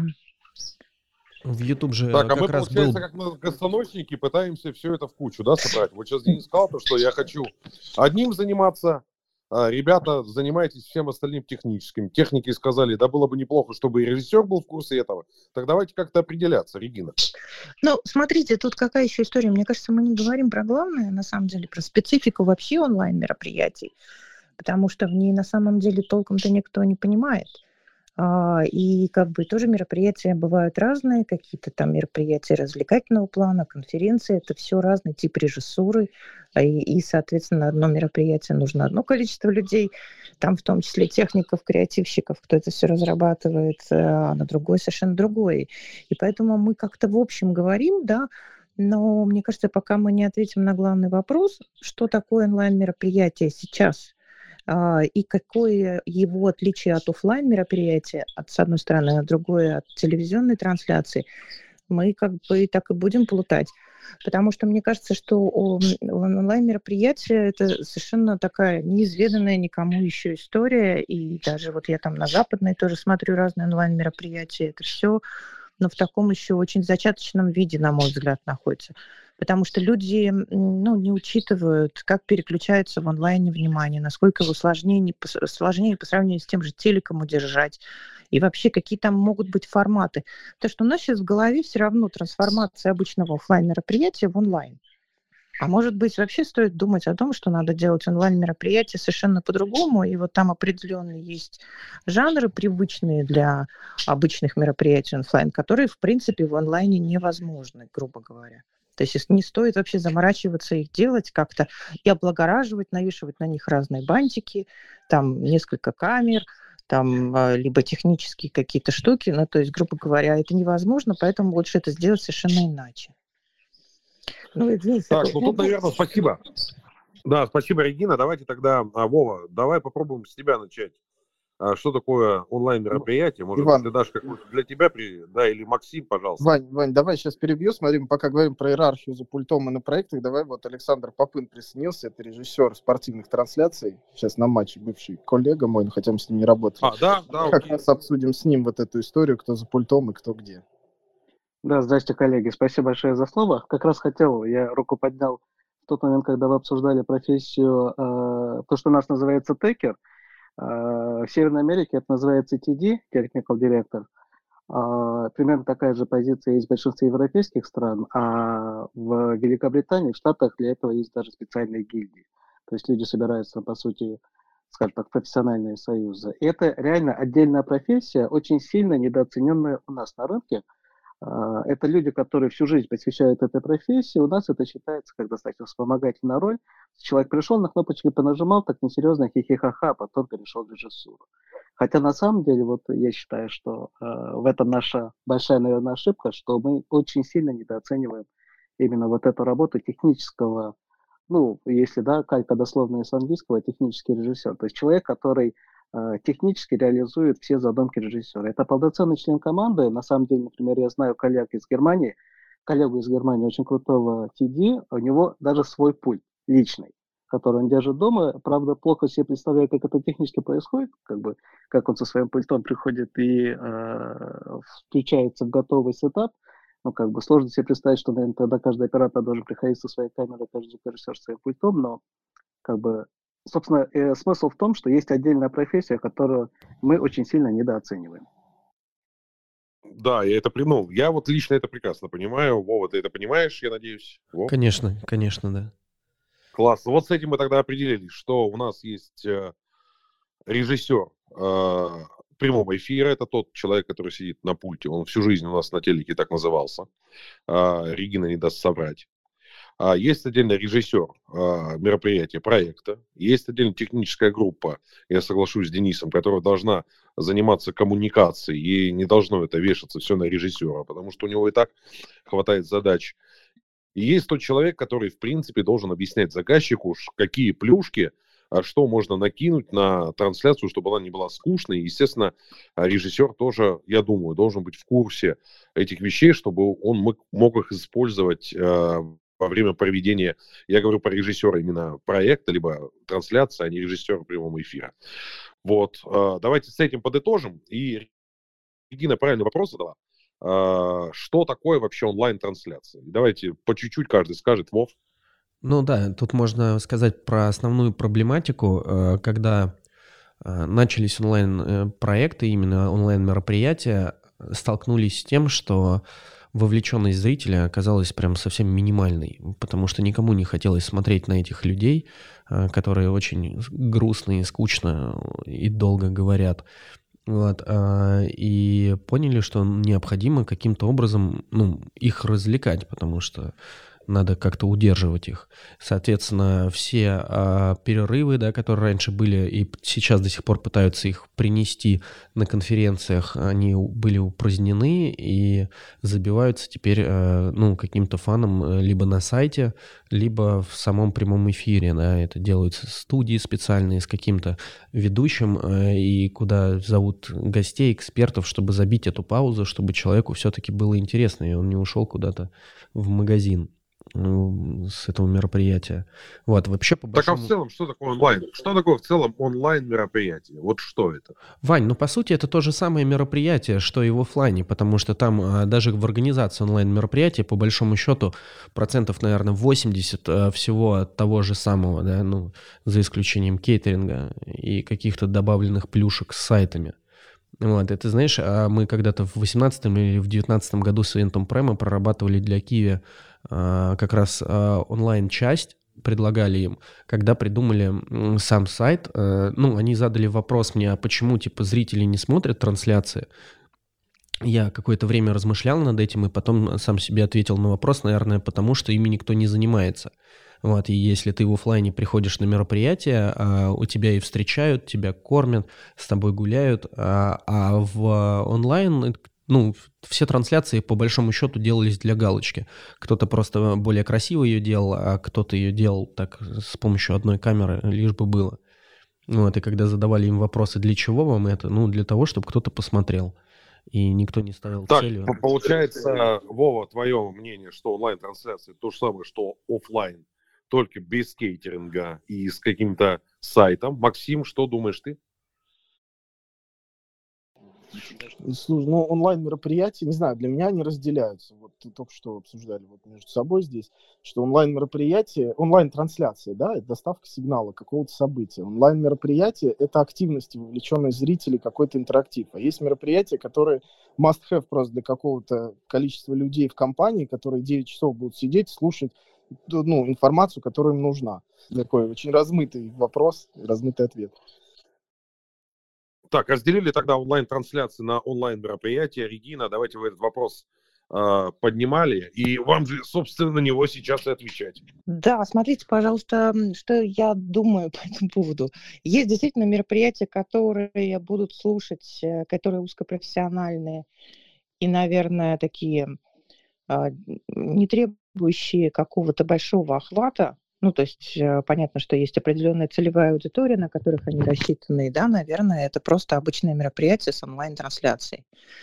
В YouTube же
так, а
как
мы,
раз
получается,
был...
как постановщики, пытаемся все это в кучу, да, собрать. Вот сейчас Денис сказал, то, что я хочу одним заниматься, а ребята, занимайтесь всем остальным техническим. Техники сказали, да было бы неплохо, чтобы и режиссер был в курсе этого. Так давайте как-то определяться, Регина.
Ну, смотрите, тут какая еще история. Мне кажется, мы не говорим про главное, на самом деле, про специфику вообще онлайн-мероприятий, потому что в ней на самом деле толком-то никто не понимает. И как бы тоже мероприятия бывают разные, какие-то там мероприятия развлекательного плана, конференции, это все разный тип режиссуры, и, и, соответственно, на одно мероприятие нужно одно количество людей, там в том числе техников, креативщиков, кто это все разрабатывает, а на другое совершенно другое. И поэтому мы как-то в общем говорим, да, но мне кажется, пока мы не ответим на главный вопрос, что такое онлайн-мероприятие сейчас, и какое его отличие от офлайн мероприятия, от, с одной стороны, а другое от телевизионной трансляции, мы как бы так и будем плутать. Потому что мне кажется, что онлайн-мероприятие – это совершенно такая неизведанная никому еще история. И даже вот я там на западной тоже смотрю разные онлайн-мероприятия. Это все, но в таком еще очень зачаточном виде, на мой взгляд, находится. Потому что люди, ну, не учитывают, как переключается в онлайне внимание, насколько его сложнее, сложнее по сравнению с тем же телеком удержать, и вообще какие там могут быть форматы. Потому что у нас сейчас в голове все равно трансформация обычного офлайн-мероприятия в онлайн. А может быть, вообще стоит думать о том, что надо делать онлайн-мероприятия совершенно по-другому, и вот там определенные есть жанры, привычные для обычных мероприятий офлайн, которые, в принципе, в онлайне невозможны, грубо говоря. То есть не стоит вообще заморачиваться их делать как-то и облагораживать, навешивать на них разные бантики, там несколько камер, там, а, либо технические какие-то штуки. Ну, то есть, грубо говоря, это невозможно, поэтому лучше это сделать совершенно иначе. Ну, извините.
Так,
такой-
ну тут, наверное, спасибо. Да, спасибо, Регина. Давайте тогда, а, Вова, давай попробуем с тебя начать. А что такое онлайн-мероприятие? Может,
Иван.
ты дашь какое-то для тебя, при- да, или Максим, пожалуйста.
Вань, Вань, давай сейчас перебью. Смотри, мы пока говорим про иерархию за пультом и на проектах, давай вот Александр Попын присоединился, это режиссер спортивных трансляций, сейчас на матче, бывший коллега мой, но хотя мы с ним не работали.
А, да, да,
Как
окей.
раз обсудим с ним вот эту историю, кто за пультом и кто где.
Да, здрасте, коллеги. Спасибо большое за слово. Как раз хотел, я руку поднял в тот момент, когда вы обсуждали профессию, э, то, что у нас называется текер. Э, в Северной Америке это называется ти ди, Technical Director. Э, примерно такая же позиция есть в большинстве европейских стран, а в Великобритании, в Штатах для этого есть даже специальные гильдии. То есть люди собираются, по сути, скажем так, профессиональные союзы. И это реально отдельная профессия, очень сильно недооцененная у нас на рынке. А, Это люди, которые всю жизнь посвящают этой профессии. У нас это считается как достаточно вспомогательная роль. Человек пришел, на кнопочки понажимал, так несерьезно, хихихаха, а потом перешел в режиссуру. Хотя на самом деле, вот я считаю, что э, в этом наша большая, наверное, ошибка, что мы очень сильно недооцениваем именно вот эту работу технического, ну, если, да, калька дословно с английского, технический режиссер. То есть человек, который э, технически реализует все задумки режиссера. Это полноценный член команды. На самом деле, например, я знаю коллег из Германии, коллегу из Германии, очень крутого ти ди, у него даже свой пульт личный, который он держит дома. Правда, плохо себе представляю, как это технически происходит, как бы, как он со своим пультом приходит и э, включается в готовый сетап. Ну, как бы сложно себе представить, что, наверное, тогда каждый оператор должен приходить со своей камерой, каждый звукорежиссер со своим пультом, но, как бы, собственно, э, смысл в том, что есть отдельная профессия, которую мы очень сильно недооцениваем.
Да, я это принял. Я вот лично это прекрасно понимаю. Вова, ты это понимаешь, я надеюсь? Во.
Конечно, конечно, да.
Класс. Вот с этим мы тогда определились, что у нас есть э, режиссер э, прямого эфира. Это тот человек, который сидит на пульте. Он всю жизнь у нас на телеке так назывался. Э, Регина не даст соврать. А есть отдельно режиссер э, мероприятия, проекта. Есть отдельно техническая группа, я соглашусь с Денисом, которая должна заниматься коммуникацией. И не должно это вешаться все на режиссера, потому что у него и так хватает задач. И есть тот человек, который, в принципе, должен объяснять заказчику, какие плюшки, что можно накинуть на трансляцию, чтобы она не была скучной. И, естественно, режиссер тоже, я думаю, должен быть в курсе этих вещей, чтобы он мог, мог их использовать э, во время проведения, я говорю про режиссера именно проекта, либо трансляции, а не режиссера прямого эфира. Вот, э, давайте с этим подытожим. И Регина правильный вопрос задала. Что такое вообще онлайн-трансляция? Давайте по чуть-чуть каждый скажет. Вов.
Ну да, тут можно сказать про основную проблематику, когда начались онлайн-проекты, именно онлайн-мероприятия, столкнулись с тем, что вовлеченность зрителя оказалась прям совсем минимальной, потому что никому не хотелось смотреть на этих людей, которые очень грустно и скучно и долго говорят. Вот, а, и поняли, что необходимо каким-то образом, ну, их развлекать, потому что надо как-то удерживать их. Соответственно, все а, перерывы, да, которые раньше были и сейчас до сих пор пытаются их принести на конференциях, они были упразднены и забиваются теперь а, ну, каким-то фаном либо на сайте, либо в самом прямом эфире. Да, это делаются студии специальные с каким-то ведущим, а, и куда зовут гостей, экспертов, чтобы забить эту паузу, чтобы человеку все-таки было интересно, и он не ушел куда-то в магазин с этого мероприятия. Вот, вообще по большому...
Так, а в целом, что такое онлайн? Что такое в целом онлайн-мероприятие? Вот что это?
Вань, ну, по сути, это то же самое мероприятие, что и в офлайне, потому что там а, даже в организации онлайн-мероприятия, по большому счету, процентов, наверное, восемьдесят а, всего того же самого, да, ну, за исключением кейтеринга и каких-то добавленных плюшек с сайтами. Вот, это, знаешь, мы когда-то в восемнадцатом или в девятнадцатом году с ивентом Према прорабатывали для Киви как раз онлайн-часть, предлагали им, когда придумали сам сайт, ну, они задали вопрос мне, а почему, типа, зрители не смотрят трансляции? Я какое-то время размышлял над этим и потом сам себе ответил на вопрос, наверное, потому что ими никто не занимается. Вот, и если ты в офлайне приходишь на мероприятие, а у тебя и встречают, тебя кормят, с тобой гуляют, а, а в онлайн, ну, все трансляции по большому счету делались для галочки. Кто-то просто более красиво ее делал, а кто-то ее делал так с помощью одной камеры, лишь бы было. Вот, и когда задавали им вопросы, для чего вам это, ну, для того, чтобы кто-то посмотрел. И никто не ставил
Так,
целью.
по- получается, Вова, твое мнение, что онлайн-трансляция то же самое, что офлайн, только без кейтеринга и с каким-то сайтом. Максим, что думаешь ты?
Слушай, ну, онлайн-мероприятия, не знаю, для меня они разделяются. Вот ты только что обсуждали вот между собой здесь, что онлайн-мероприятие, онлайн-трансляция, да, это доставка сигнала какого-то события. Онлайн-мероприятие — это активности, вовлеченные зрителей, какой-то интерактив. А есть мероприятия, которые must-have просто для какого-то количества людей в компании, которые девять часов будут сидеть, слушать, ну, информацию, которая им нужна. Такой очень размытый вопрос, размытый ответ.
Так, разделили тогда онлайн-трансляции на онлайн-мероприятия. Регина, давайте вы этот вопрос э, поднимали, и вам же, собственно, на него сейчас и отвечать.
Да, смотрите, пожалуйста, м, что я думаю по этому поводу. Есть действительно мероприятия, которые будут слушать, э, которые узкопрофессиональные и, наверное, такие а, н- не требующие какого-то большого охвата. Ну, то есть э, понятно, что есть определенная целевая аудитория, на которых они рассчитаны. И да, наверное, это просто обычное мероприятие с онлайн-трансляцией.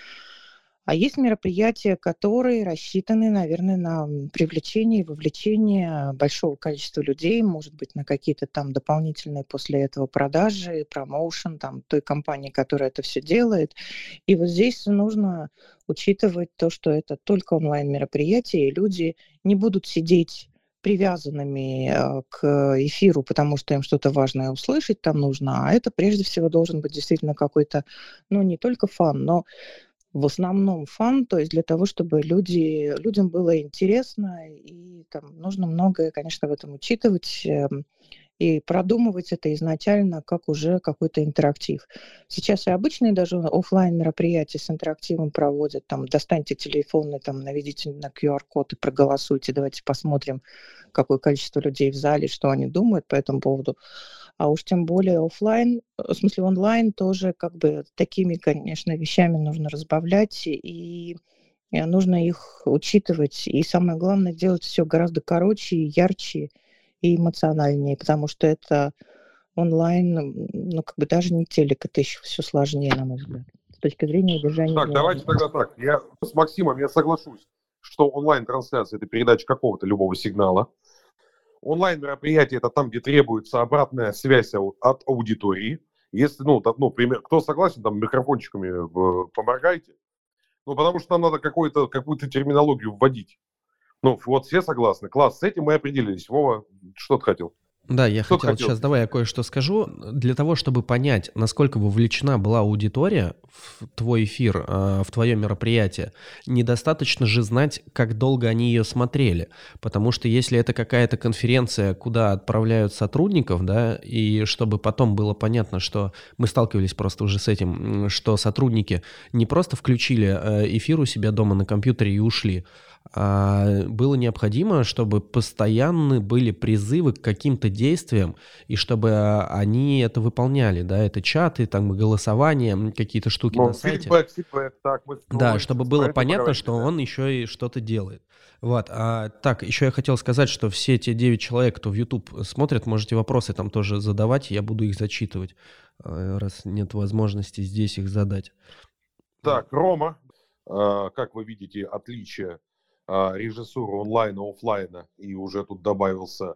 А есть мероприятия, которые рассчитаны, наверное, на м, привлечение и вовлечение большого количества людей, может быть, на какие-то там дополнительные после этого продажи, промоушен там той компании, которая это все делает. И вот здесь нужно учитывать то, что это только онлайн-мероприятие, и люди не будут сидеть привязанными э, к эфиру, потому что им что-то важное услышать там нужно, а это прежде всего должен быть действительно какой-то, ну, не только фан, но в основном фан, то есть для того, чтобы люди, людям было интересно, и там нужно многое, конечно, в этом учитывать эм, и продумывать это изначально как уже какой-то интерактив. Сейчас и обычные даже оффлайн мероприятия с интерактивом проводят. Там достаньте телефон, и там наведите на ку ар-код и проголосуйте. Давайте посмотрим, какое количество людей в зале, что они думают по этому поводу. А уж тем более оффлайн, э, в смысле онлайн тоже как бы такими, конечно, вещами нужно разбавлять, и э, нужно их учитывать. И самое главное, делать все гораздо короче, и ярче и эмоциональнее, потому что это онлайн, м, ну, как бы даже не телек, это еще все сложнее, на мой взгляд, с точки зрения удержания
Так, давайте
внимания.
тогда так. Я с Максимом я соглашусь, что онлайн-трансляция – это передача какого-то любого сигнала. Онлайн-мероприятие – это там, где требуется обратная связь ау- от аудитории. Если, ну, там, ну, пример, кто согласен, там, микрофончиками э, поморгайте. Ну, потому что нам надо какую-то, какую-то терминологию вводить. Ну, вот все согласны. Класс, с этим мы определились. Вова, что ты хотел?
Да, я
Что ты
хотел,
хотел?
сейчас давай я кое-что скажу. Для того, чтобы понять, насколько вовлечена была аудитория в твой эфир, э, в твое мероприятие, недостаточно же знать, как долго они ее смотрели. Потому что если это какая-то конференция, куда отправляют сотрудников, да, и чтобы потом было понятно, что мы сталкивались просто уже с этим, м, что сотрудники не просто включили э, эфир у себя дома на компьютере и ушли, а было необходимо, чтобы постоянны были призывы к каким-то действиям, и чтобы а, они это выполняли, да, это чаты, там, голосование, м, какие-то штуки на
Ну,
сайте.
фидбэк, фидбэк, так, мы
Да,
ну,
чтобы
про
было
это
понятно,
поговорили,
что
да.
он еще и что-то делает. Вот, а, так, еще я хотел сказать, что все те девять человек, кто в YouTube смотрит, можете вопросы там тоже задавать, и я буду их зачитывать, э, раз нет возможности здесь их задать.
Так, Рома, э, как вы видите отличие э, режиссуры онлайна, оффлайна, и уже тут добавился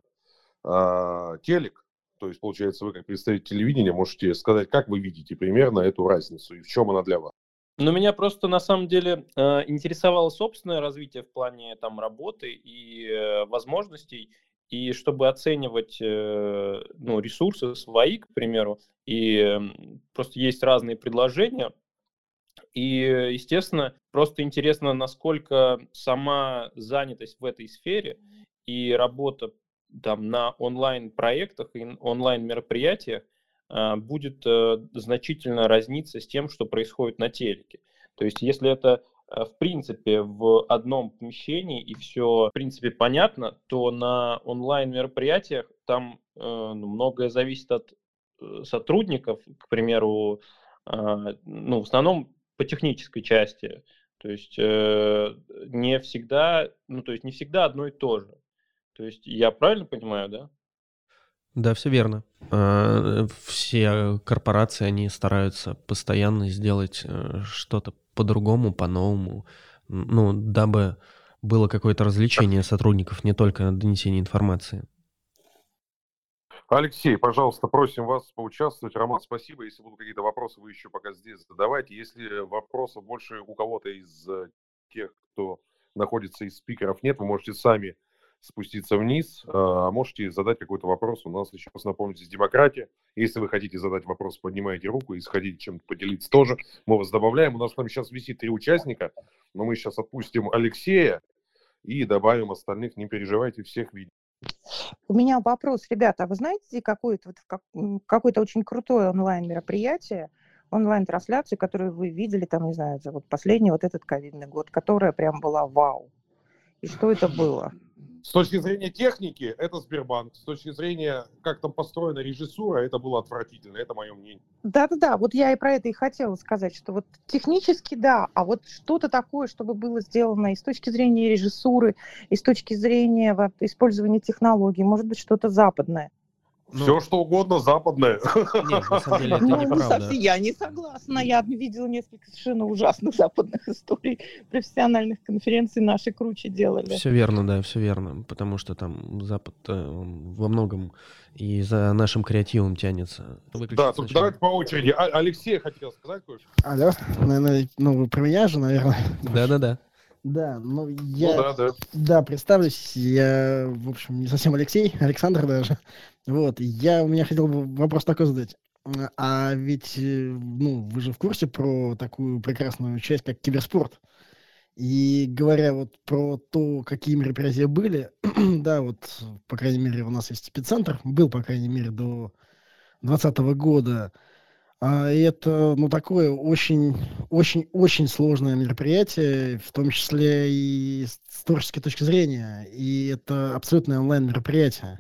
э, телек, то есть, получается, вы как представитель телевидения можете сказать, как вы видите примерно эту разницу и в чем она для вас.
Но меня просто на самом деле э, интересовало собственное развитие в плане там работы и э, возможностей, и чтобы оценивать э, ну, ресурсы свои, к примеру, и э, просто есть разные предложения, и, э, естественно, просто интересно, насколько сама занятость в этой сфере и работа там на онлайн-проектах и онлайн-мероприятиях а, будет э, значительно разниться с тем, что происходит на телеке. То есть если это в принципе в одном помещении и все в принципе понятно, то на онлайн-мероприятиях там э, ну, многое зависит от э, сотрудников, к примеру, э, ну, в основном по технической части. То есть э, не всегда, ну, то есть не всегда одно и то же. То есть я правильно понимаю, да?
Да, все верно. Все корпорации, они стараются постоянно сделать что-то по-другому, по-новому, ну, дабы было какое-то развлечение сотрудников, не только донесение информации.
Алексей, пожалуйста, просим вас поучаствовать. Роман, спасибо. Если будут какие-то вопросы, вы еще пока здесь задавайте. Если вопросов больше у кого-то из тех, кто находится из спикеров, нет, вы можете сами спуститься вниз, а можете задать какой-то вопрос. У нас, еще раз напомню, здесь демократия. Если вы хотите задать вопрос, поднимайте руку. Если хотите чем-то поделиться, тоже мы вас добавляем. У нас там сейчас висит три участника, но мы сейчас отпустим Алексея и добавим остальных. Не переживайте, всех видим.
У меня вопрос, ребята, а вы знаете какое-то вот, как, какое-то очень крутое онлайн-мероприятие, онлайн-трансляцию, которую вы видели, там, не знаю, за вот последний вот этот ковидный год, которая прям была вау? И что это было?
С точки зрения техники, это Сбербанк. С точки зрения, как там построена режиссура, это было отвратительно. Это мое мнение. Да-да-да,
вот я и про это и хотела сказать, что вот технически да, а вот что-то такое, чтобы было сделано и с точки зрения режиссуры, и с точки зрения вот, использования технологий, может быть, что-то западное.
Ну, все, что угодно западное.
Нет, на самом деле это
ну,
неправда.
Я не согласна. Я видела несколько совершенно ужасных западных историй. Профессиональных конференций наши круче делали.
Все верно, да, все верно. Потому что там Запад э, во многом и за нашим креативом тянется.
Выключить да, тут давайте по очереди. А, Алексей хотел сказать кое-что.
Алло, наверное, ну вы про меня же, наверное.
Да-да-да.
Да, ну я...
Ну, да, да.
Да, представлюсь, я, в общем, не совсем Алексей, Александр даже. Вот, я, у меня хотел бы вопрос такой задать. А ведь, ну, вы же в курсе про такую прекрасную часть, как киберспорт? И говоря вот про то, какие мероприятия были, да, вот, по крайней мере, у нас есть эпицентр, был, по крайней мере, до двадцатого года. А это, ну, такое очень, очень, очень сложное мероприятие, в том числе и с творческой точки зрения. И это абсолютное онлайн-мероприятие.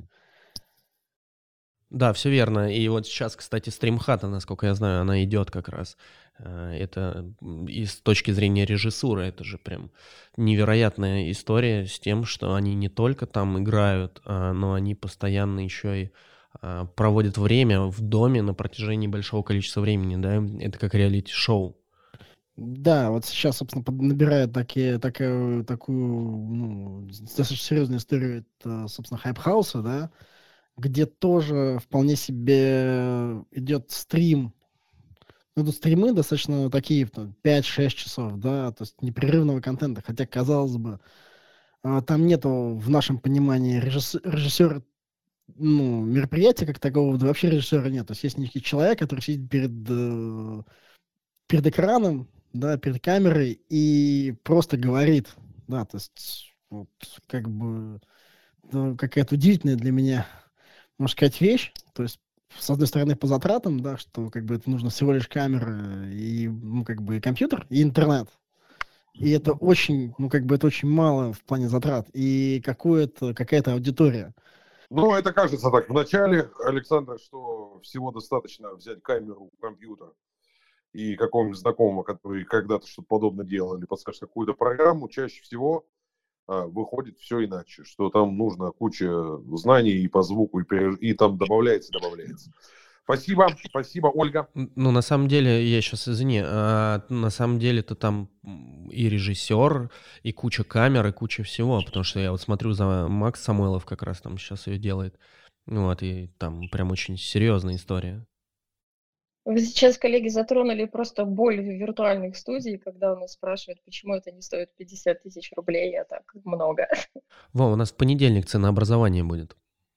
Да, все верно. И вот сейчас, кстати, стримхата, насколько я знаю, она идет как раз. Это и с точки зрения режиссуры, это же прям невероятная история с тем, что они не только там играют, но они постоянно еще и проводят время в доме на протяжении большого количества времени, да, это как реалити-шоу.
Да, вот сейчас, собственно, набирает такие, такая, такую, ну, достаточно серьезную историю, это, собственно, Хайп-хауса, да, где тоже вполне себе идет стрим. Ну, тут стримы достаточно такие, пять-шесть часов, да, то есть непрерывного контента, хотя, казалось бы, там нету в нашем понимании режиссера, ну, мероприятия как такового, да вообще режиссера нет. То есть есть некий человек, который сидит перед, э, перед экраном, да, перед камерой и просто говорит, да, то есть вот, как бы ну, какая-то удивительная для меня, можно сказать, вещь. То есть с одной стороны по затратам, да, что как бы это нужно всего лишь камера и, ну, как бы и компьютер, и интернет. И это очень, ну, как бы это очень мало в плане затрат. И какое-то, какая-то аудитория.
Ну, это кажется так. Вначале, Александр, что всего достаточно взять камеру, компьютер и какого-нибудь знакомого, который когда-то что-то подобное делал, или подскажет какую-то программу, чаще всего а, выходит все иначе. Что там нужно куча знаний и по звуку, и, переж... и там добавляется, добавляется. Спасибо, спасибо, Ольга.
Ну, на самом деле, я сейчас, извини, а, на самом деле-то там и режиссер, и куча камер, и куча всего, потому что я вот смотрю за Макс Самойлов как раз там сейчас ее делает, вот, и там прям очень серьезная история.
Вы сейчас, коллеги, затронули просто боль виртуальных студий, когда у нас спрашивают, почему это не стоит пятьдесят тысяч рублей, а так много.
Во, у нас в понедельник ценообразование будет.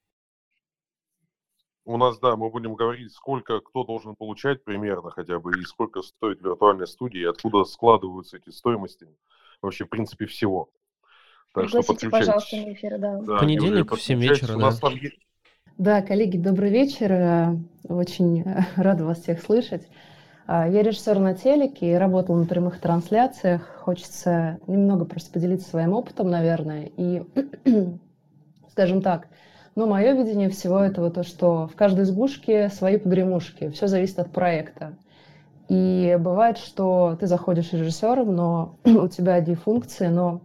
У нас, да, мы будем говорить, сколько кто должен получать примерно хотя бы, и сколько стоит виртуальная студия, и откуда складываются эти стоимости, вообще, в принципе, всего.
Так Пригласите, что пожалуйста, на эфир, да.
да понедельник в семь вечера, да.
Там...
Да, коллеги, добрый вечер. Очень рада вас всех слышать. А, Я режиссер на телеке и работала на прямых трансляциях. Хочется немного просто поделиться своим опытом, наверное. И, скажем так, ну, мое видение всего этого то, что в каждой избушке свои погремушки. Все зависит от проекта. И бывает, что ты заходишь режиссером, но у тебя одни функции, но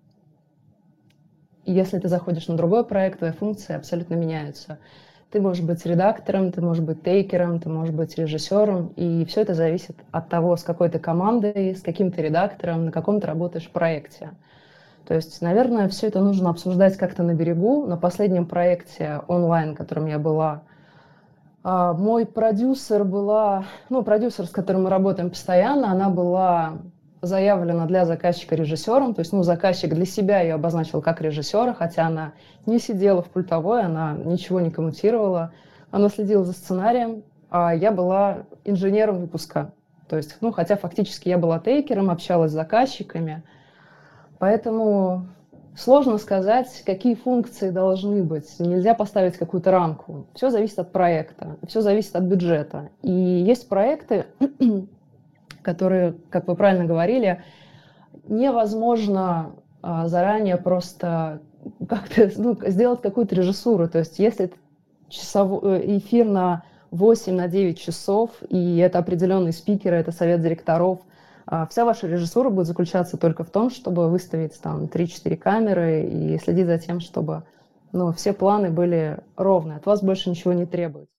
если ты заходишь на другой проект, твои функции абсолютно меняются. Ты можешь быть редактором, ты можешь быть тейкером, ты можешь быть режиссером, и все это зависит от того, с какой ты командой, с каким ты редактором, на каком ты работаешь проекте. То есть, наверное, все это нужно обсуждать как-то на берегу. На последнем проекте онлайн, в котором я была, а, мой продюсер была, ну, продюсер, с которым мы работаем постоянно, она была заявлена для заказчика режиссером, то есть, ну, заказчик для себя ее обозначил как режиссера, хотя она не сидела в пультовой, она ничего не коммутировала, она следила за сценарием, а я была инженером выпуска. То есть, ну, хотя фактически я была тейкером, общалась с заказчиками, поэтому сложно сказать, какие функции должны быть. Нельзя поставить какую-то рамку. Все зависит от проекта, все зависит от бюджета. И есть проекты, которые, как вы правильно говорили, невозможно а, заранее просто как-то ну, сделать какую-то режиссуру. То есть если часовой эфир на восемь на девять часов, и это определенные спикеры, это совет директоров, а, вся ваша режиссура будет заключаться только в том, чтобы выставить там три-четыре камеры и следить за тем, чтобы ну, все планы были ровны. От вас больше ничего не требуется.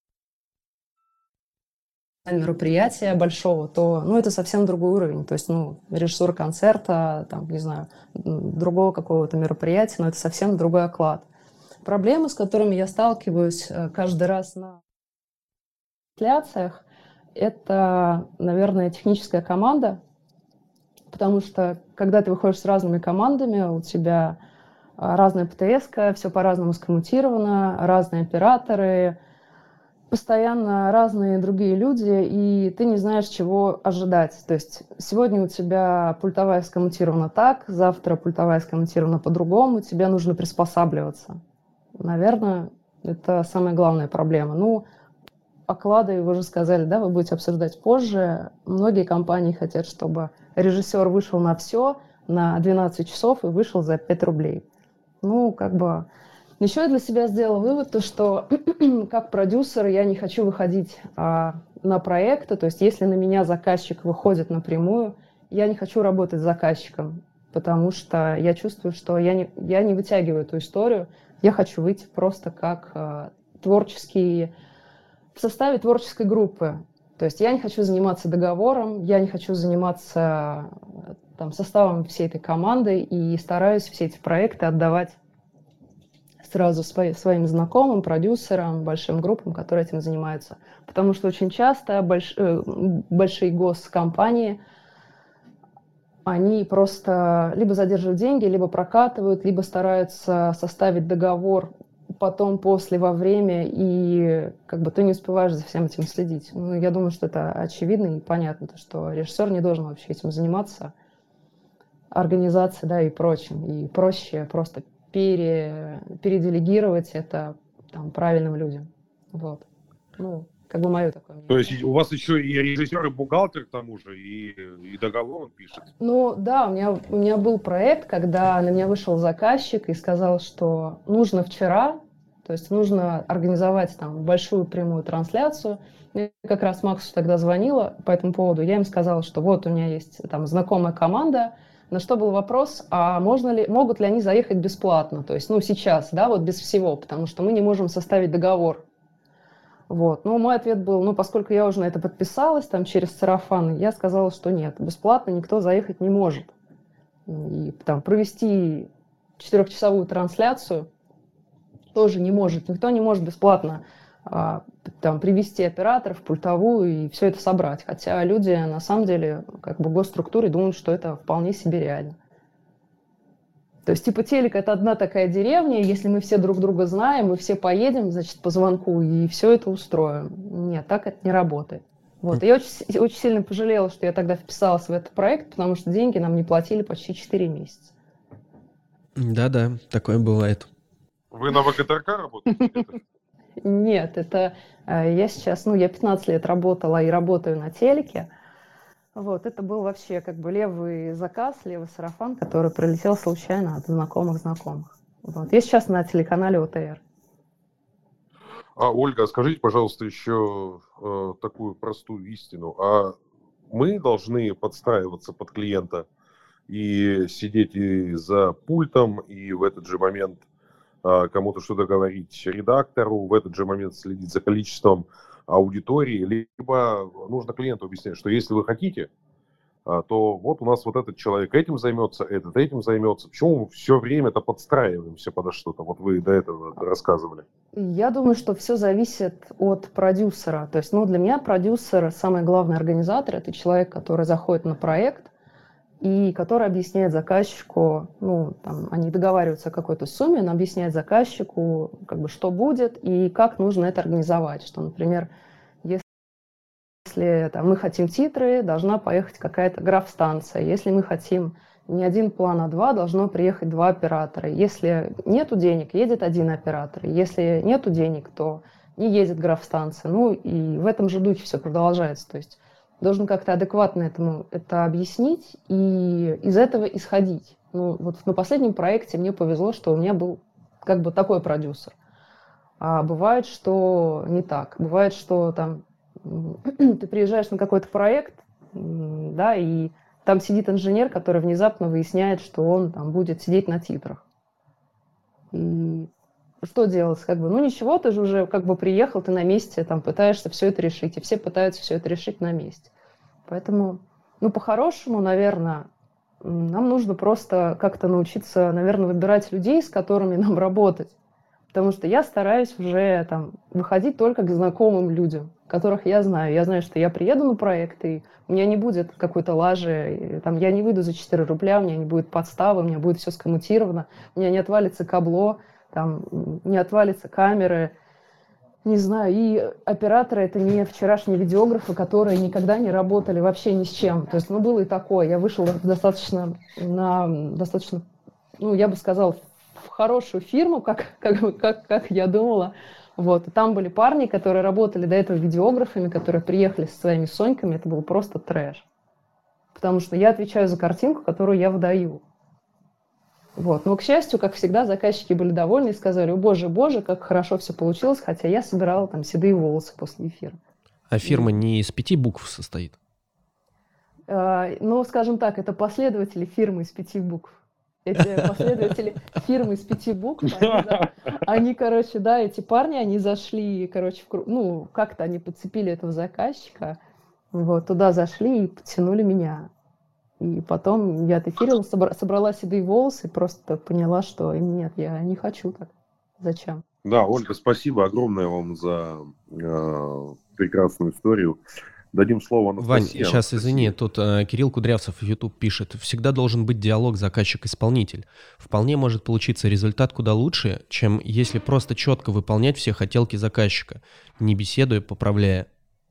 Мероприятия большого, то ну, это совсем другой уровень. То есть, ну, режиссура концерта, там, не знаю, другого какого-то мероприятия, но это совсем другой оклад. Проблемы, с которыми я сталкиваюсь каждый раз на трансляциях, это, наверное, техническая команда, потому что, когда ты выходишь с разными командами, у тебя разная ПТС-ка, все по-разному скоммутировано, разные операторы, постоянно разные другие люди, и ты не знаешь, чего ожидать. То есть сегодня у тебя пультовая скоммутирована так, завтра пультовая скоммутирована по-другому, тебе нужно приспосабливаться. Наверное, это самая главная проблема. Ну, оклады, вы уже сказали, да, вы будете обсуждать позже. Многие компании хотят, чтобы режиссер вышел на все, на двенадцать часов и вышел за пять рублей. Ну, как бы... Еще я для себя сделала вывод, то, что как продюсер я не хочу выходить а, на проекты. То есть если на меня заказчик выходит напрямую, я не хочу работать с заказчиком, потому что я чувствую, что я не, я не вытягиваю эту историю. Я хочу выйти просто как а, творческий, в составе творческой группы. То есть я не хочу заниматься договором, я не хочу заниматься там, составом всей этой команды и стараюсь все эти проекты отдавать сразу свои, своим знакомым, продюсерам, большим группам, которые этим занимаются. Потому что очень часто больш, э, большие госкомпании, они просто либо задерживают деньги, либо прокатывают, либо стараются составить договор потом, после, во время, и как бы ты не успеваешь за всем этим следить. Ну, я думаю, что это очевидно и понятно, что режиссер не должен вообще этим заниматься, организацией, да, и прочим. И проще просто Пере, переделегировать это там, правильным людям. Вот. Ну, как бы мое такое мнение.
То есть у вас еще и режиссер, и бухгалтер к тому же, и, и договор он пишет?
Ну, да, у меня, у меня был проект, когда на меня вышел заказчик и сказал, что нужно вчера, то есть нужно организовать там большую прямую трансляцию. Я как раз Максу тогда звонила по этому поводу. Я им сказала, что вот у меня есть там знакомая команда. На что был вопрос, а можно ли, могут ли они заехать бесплатно, то есть, ну, сейчас, да, вот без всего, потому что мы не можем составить договор. Вот. Ну, мой ответ был, ну, поскольку я уже на это подписалась, там, через сарафан, я сказала, что нет, бесплатно никто заехать не может. И там провести четырехчасовую трансляцию тоже не может, никто не может бесплатно а, там, привести операторов, пультовую и все это собрать. Хотя люди, на самом деле, как бы в госструктуре думают, что это вполне себе реально. То есть, типа, телек – это одна такая деревня, если мы все друг друга знаем, мы все поедем, значит, по звонку и все это устроим. Нет, так это не работает. Вот. И я очень, очень сильно пожалела, что я тогда вписалась в этот проект, потому что деньги нам не платили почти четыре месяца.
Да-да, такое бывает.
Вы на ВГТРК работаете?
Нет, это э, я сейчас, ну, я пятнадцать лет работала и работаю на телеке. Вот, это был вообще как бы левый заказ, левый сарафан, который прилетел случайно от знакомых знакомых. Вот. Я сейчас на телеканале ОТР.
А, Ольга, скажите, пожалуйста, еще э, такую простую истину. А мы должны подстраиваться под клиента и сидеть и за пультом, и в этот же момент э, кому-то что-то говорить редактору, в этот же момент следить за количеством аудитории, либо нужно клиенту объяснять, что если вы хотите, то вот у нас вот этот человек этим займется, этот этим займется. Почему мы все время это подстраиваемся подо что-то? Вот вы до этого рассказывали.
Я думаю, что все зависит от продюсера. То есть, ну, для меня продюсер, самый главный организатор, это человек, который заходит на проект и который объясняет заказчику, ну, там, они договариваются о какой-то сумме, он объясняет заказчику, как бы, что будет и как нужно это организовать. Что, например, если там, мы хотим титры, должна поехать какая-то граф-станция. Если мы хотим не один план, а два, должно приехать два оператора. Если нету денег, едет один оператор. Если нету денег, то не едет граф-станция. Ну и в этом же духе все продолжается. То есть должен как-то адекватно этому это объяснить и из этого исходить. Ну, вот на последнем проекте мне повезло, что у меня был как бы такой продюсер. А бывает, что не так. Бывает, что там ты приезжаешь на какой-то проект, да, и там сидит инженер, который внезапно выясняет, что он там будет сидеть на титрах. И что делать? Как бы, ну ничего, ты же уже как бы приехал, ты на месте, там пытаешься все это решить, и все пытаются все это решить на месте. Поэтому, ну, по-хорошему, наверное, нам нужно просто как-то научиться, наверное, выбирать людей, с которыми нам работать. Потому что я стараюсь уже там выходить только к знакомым людям, которых я знаю. Я знаю, что я приеду на проект, и у меня не будет какой-то лажи. Там, я не выйду за четыре рубля, у меня не будет подставы, у меня будет все скоммутировано, у меня не отвалится кабло, там, не отвалится камеры. Не знаю, и операторы — это не вчерашние видеографы, которые никогда не работали вообще ни с чем. То есть, ну, было и такое. Я вышла достаточно на, достаточно, ну, я бы сказала, в хорошую фирму, как, как, как, как я думала. Вот. И там были парни, которые работали до этого видеографами, которые приехали со своими соньками. Это был просто трэш. Потому что я отвечаю за картинку, которую я выдаю. Вот. Но, к счастью, как всегда, заказчики были довольны и сказали: о, боже, боже, как хорошо все получилось, хотя я собирала там седые волосы после эфира.
А фирма и... не из пяти букв состоит?
А, ну, скажем так, это последователи фирмы из пяти букв. Эти последователи фирмы из пяти букв, они, они, короче, да, эти парни, они зашли, короче, в, ну, как-то они подцепили этого заказчика, вот, туда зашли и подтянули меня. И потом я отэфирила, собра- собрала седые волосы и просто поняла, что нет, я не хочу так. Зачем?
Да, Ольга, спасибо огромное вам за э, прекрасную историю. Дадим слово Анастасии.
Вань, сейчас извини, тут э, Кирилл Кудрявцев в YouTube пишет: всегда должен быть диалог заказчик-исполнитель. Вполне может получиться результат куда лучше, чем если просто четко выполнять все хотелки заказчика, не беседуя, поправляя.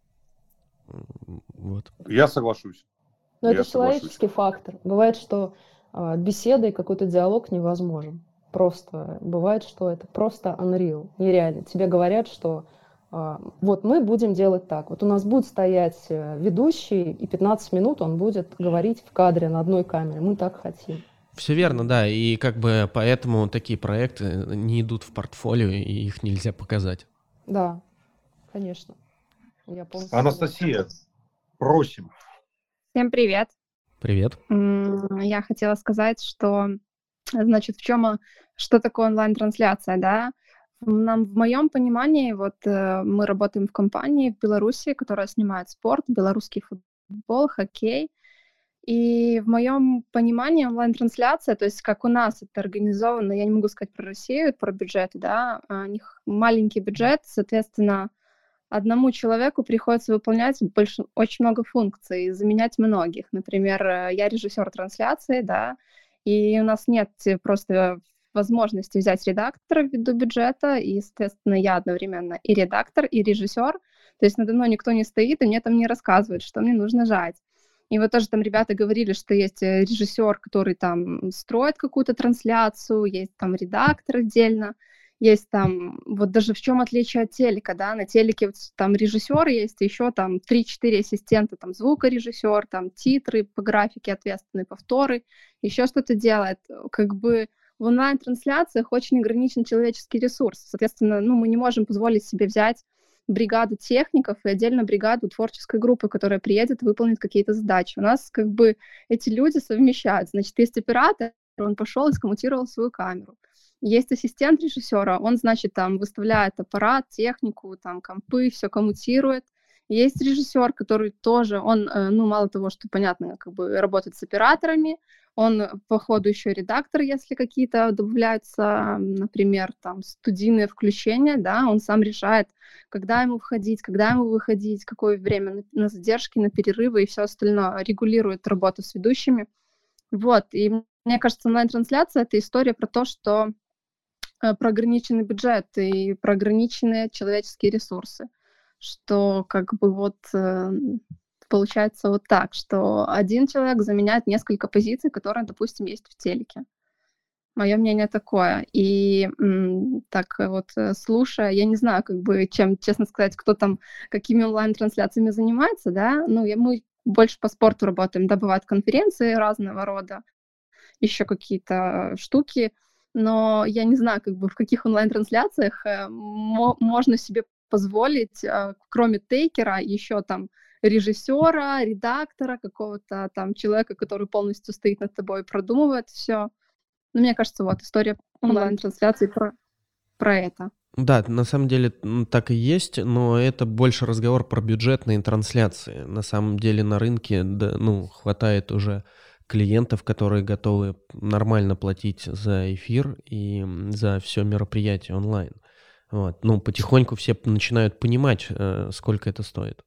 Вот.
Я соглашусь.
Но
Я
это человеческий фактор. Бывает, что э, беседа и какой-то диалог невозможен. Просто бывает, что это просто unreal, нереально. Тебе говорят, что вот мы будем делать так. Вот у нас будет стоять ведущий, и пятнадцать минут он будет говорить в кадре на одной камере. Мы так хотим.
Все верно, да. И как бы поэтому такие проекты не идут в портфолио, и их нельзя показать.
Да, конечно. Я полностью
Анастасия, просим.
Всем привет.
Привет.
Я хотела сказать, что, значит, в чем, что такое онлайн-трансляция, да? Нам, в моем понимании, вот э, мы работаем в компании в Беларуси, которая снимает спорт, белорусский футбол, хоккей. И в моем понимании онлайн-трансляция, то есть как у нас это организовано, я не могу сказать про Россию, про бюджеты, да, у них маленький бюджет, соответственно, одному человеку приходится выполнять больш... очень много функций, заменять многих. Например, я режиссер трансляции, да, и у нас нет просто возможности взять редактора ввиду бюджета, и, соответственно, я одновременно и редактор, и режиссер. То есть надо мной никто не стоит, и мне там не рассказывают, что мне нужно жать. И вот тоже там ребята говорили, что есть режиссер, который там строит какую-то трансляцию, есть там редактор отдельно. есть там, вот даже в чем отличие от телека, да, на телеке вот там режиссер есть, еще там три-четыре ассистента, там звукорежиссер, там титры по графике ответственные, повторы, еще что-то делает. Как бы в онлайн-трансляциях очень ограничен человеческий ресурс. Соответственно, ну, мы не можем позволить себе взять бригаду техников и отдельно бригаду творческой группы, которая приедет и выполнит какие-то задачи. У нас как бы эти люди совмещают. Значит, есть оператор, он пошел и скоммутировал свою камеру. Есть ассистент режиссера, он, значит, там выставляет аппарат, технику, там компы, все коммутирует. Есть режиссер, который тоже, он, ну, мало того, что, понятно, как бы работает с операторами, он, по ходу, еще редактор, если какие-то добавляются, например, там, студийные включения, да, он сам решает, когда ему входить, когда ему выходить, какое время на, на задержки, на перерывы и все остальное, регулирует работу с ведущими. Вот, и мне кажется, онлайн-трансляция — это история про то, что э, про ограниченный бюджет и про ограниченные человеческие ресурсы, что как бы вот э, получается вот так, что один человек заменяет несколько позиций, которые, допустим, есть в телеке. Мое мнение такое. И м, так вот, слушая, я не знаю, как бы, чем, честно сказать, кто там, какими онлайн-трансляциями занимается, да, ну, я, мы больше по спорту работаем, да, бывают конференции разного рода, еще какие-то штуки, но я не знаю, как бы в каких онлайн-трансляциях э, мо- можно себе позволить, э, кроме тейкера, еще там режиссера, редактора, какого-то там человека, который полностью стоит над тобой и продумывает все. Ну, мне кажется, вот история онлайн-трансляции про, про это.
Да, на самом деле так и есть, но это больше разговор про бюджетные трансляции. На самом деле на рынке, да, ну, хватает уже клиентов, которые готовы нормально платить за эфир и за все мероприятие онлайн. Вот. Ну, потихоньку все начинают понимать, сколько это стоит.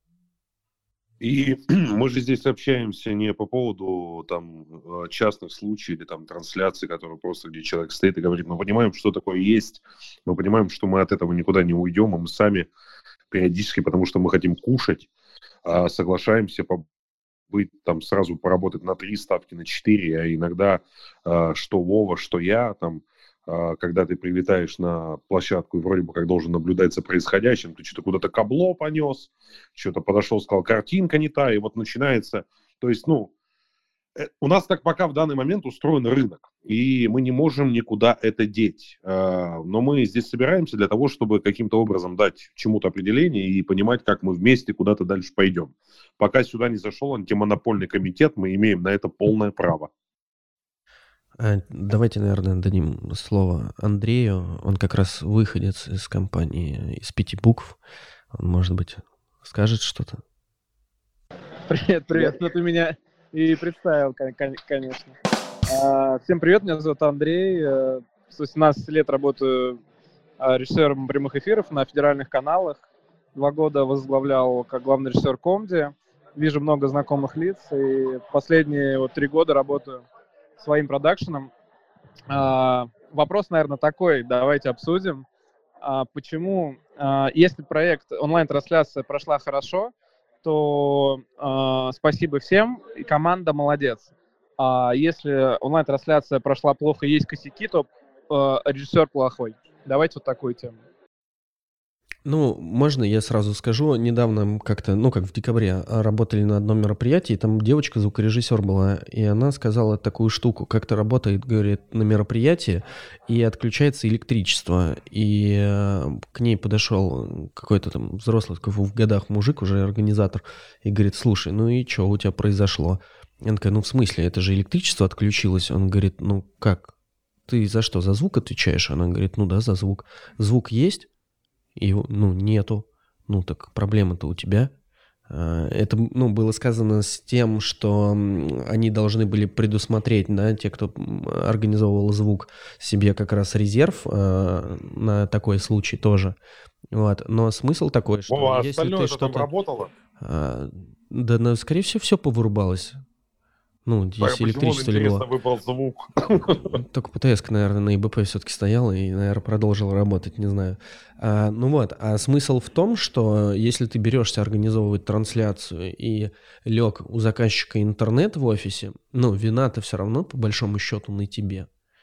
И мы же здесь общаемся не по поводу там частных случаев или там трансляций, которые просто, где человек стоит и говорит, мы понимаем, что такое есть, мы понимаем, что мы от этого никуда не уйдем, а мы сами периодически, потому что мы хотим кушать, соглашаемся быть там сразу поработать на три ставки, на четыре, а иногда что Вова, что я там, когда ты прилетаешь на площадку и вроде бы как должен наблюдать за происходящим, ты что-то куда-то кабло понес, что-то подошел, сказал, картинка не та, и вот начинается, то есть, ну, у нас так пока в данный момент устроен рынок, и мы не можем никуда это деть, но мы здесь собираемся для того, чтобы каким-то образом дать чему-то определение и понимать, как мы вместе куда-то дальше пойдем. Пока сюда не зашел антимонопольный комитет, мы имеем на это полное право.
Давайте, наверное, дадим слово Андрею. Он как раз выходец из компании из пяти букв. Он, может быть, скажет что-то?
Привет, привет. Ну, ты меня и представил, конечно. Всем привет, меня зовут Андрей. С восемнадцати лет работаю режиссером прямых эфиров на федеральных каналах. Два года возглавлял как главный режиссер Комди. Вижу много знакомых лиц. И последние вот три года работаю своим продакшеном. А, вопрос, наверное, такой, давайте обсудим. А, почему, а, если проект онлайн-трансляция прошла хорошо, то а, спасибо всем, и команда молодец. А если онлайн-трансляция прошла плохо и есть косяки, то а, режиссер плохой. Давайте вот такую тему.
Ну, можно я сразу скажу, недавно как-то, ну, как в декабре, работали на одном мероприятии, там девочка, звукорежиссер была, и она сказала такую штуку, как-то работает, говорит, на мероприятии, и отключается электричество, и э, к ней подошел какой-то там взрослый, такой в годах мужик, уже организатор, и говорит, слушай, ну и что у тебя произошло? Она такая, ну, в смысле, это же электричество отключилось? Он говорит, ну, как? Ты за что, за звук отвечаешь? Она говорит, ну да, за звук. Звук есть? И, ну, нету. Ну, так проблема-то у тебя. Это, ну, было сказано с тем, что они должны были предусмотреть, да, те, кто организовывал звук, себе как раз резерв э, на такой случай тоже. Вот. Но смысл такой, что
О, а
если ты что-то...
там работало?
Э, да, ну, скорее всего, все повырубалось. Ну, если электричество легло.
Интересно выпал звук.
Только ПТС, наверное, на ИБП все-таки стояла и, наверное, продолжила работать, не знаю. А, ну вот, а смысл в том, что если ты берешься организовывать трансляцию и лег у заказчика интернет в офисе, ну, вина-то все равно, по большому счету, на тебе.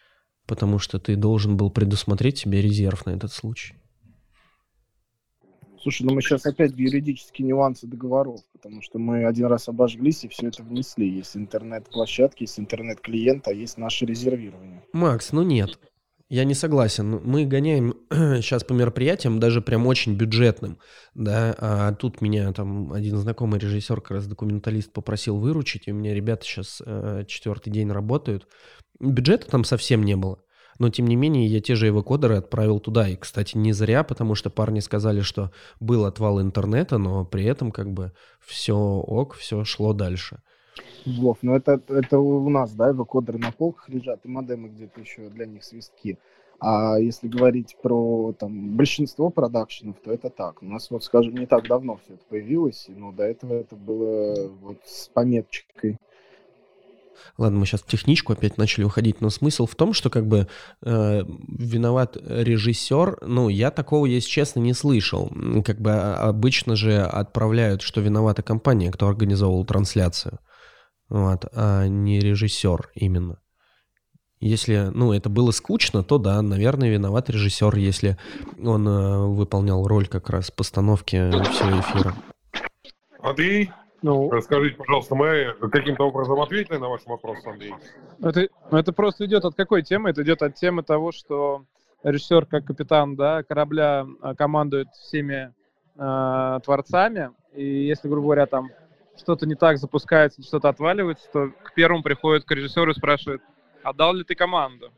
потому что ты должен был предусмотреть себе резерв на этот случай.
Слушай, ну мы сейчас опять в юридические нюансы договоров, потому что мы один раз обожглись и все это внесли. Есть интернет-площадки, есть интернет-клиент, а есть наше резервирование.
Макс, ну нет, я не согласен. Мы гоняем сейчас по мероприятиям, даже прям очень бюджетным, да, а тут меня там один знакомый режиссер, как раз документалист, попросил выручить, и у меня ребята сейчас э, четвертый день работают. Бюджета там совсем не было. Но, тем не менее, я те же эвокодеры отправил туда. И, кстати, не зря, потому что парни сказали, что был отвал интернета, но при этом как бы все ок, все шло дальше.
Вов, ну это, это у нас, да, эвокодеры на полках лежат, и модемы где-то еще для них свистки. А если говорить про там большинство продакшенов, то это так. У нас, вот, скажем, не так давно все это появилось, но до этого это было вот с пометчикой.
Ладно, мы сейчас в техничку опять начали уходить, но смысл в том, что как бы э, виноват режиссер, ну, я такого, если честно, не слышал. Как бы обычно же отправляют, что виновата компания, кто организовывал трансляцию, вот, а не режиссер именно. Если, ну, это было скучно, то да, наверное, виноват режиссер, если он э, выполнял роль как раз постановки всего эфира.
Андрей? Ну, расскажите, пожалуйста, мы каким-то образом ответили на ваш вопрос, Андрей?
Это, это просто идет от какой темы? Это идет от темы того, что режиссер, как капитан, да, корабля, командует всеми э, творцами, и если, грубо говоря, там что-то не так запускается, что-то отваливается, то к первому приходит к режиссеру и спрашивает: а дал ли ты команду?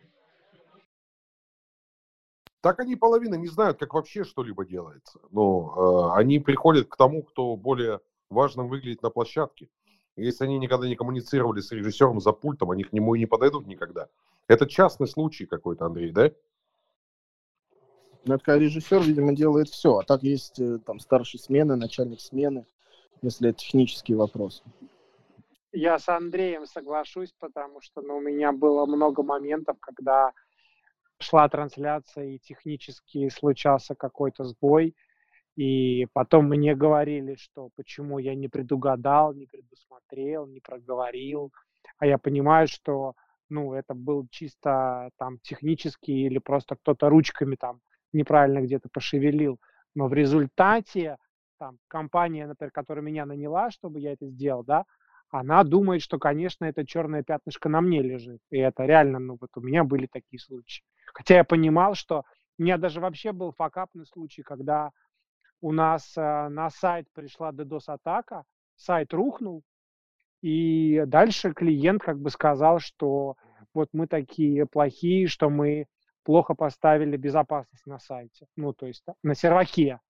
Так они половина не знают, как вообще что-либо делается. Но э, они приходят к тому, кто более важным выглядит на площадке. Если они никогда не коммуницировали с режиссером за пультом, они к нему и не подойдут никогда. Это частный случай какой-то, Андрей, да?
Ну, это когда режиссер, видимо, делает все. А так есть там старший смены, начальник смены, если это технический вопрос.
Я с Андреем соглашусь, потому что ну, у меня было много моментов, когда шла трансляция и технически случался какой-то сбой. И потом мне говорили, что почему я не предугадал, не предусмотрел, не проговорил. А я понимаю, что ну, это был чисто там технический или просто кто-то ручками там неправильно где-то пошевелил. Но в результате там, компания, например, которая меня наняла, чтобы я это сделал, да, она думает, что, конечно, это черное пятнышко на мне лежит. И это реально, ну вот у меня были такие случаи. Хотя я понимал, что у меня даже вообще был факапный случай, когда у нас э, на сайт пришла DDoS-атака, сайт рухнул, и дальше клиент как бы сказал, что вот мы такие плохие, что мы плохо поставили безопасность на сайте, ну, то есть на серваке.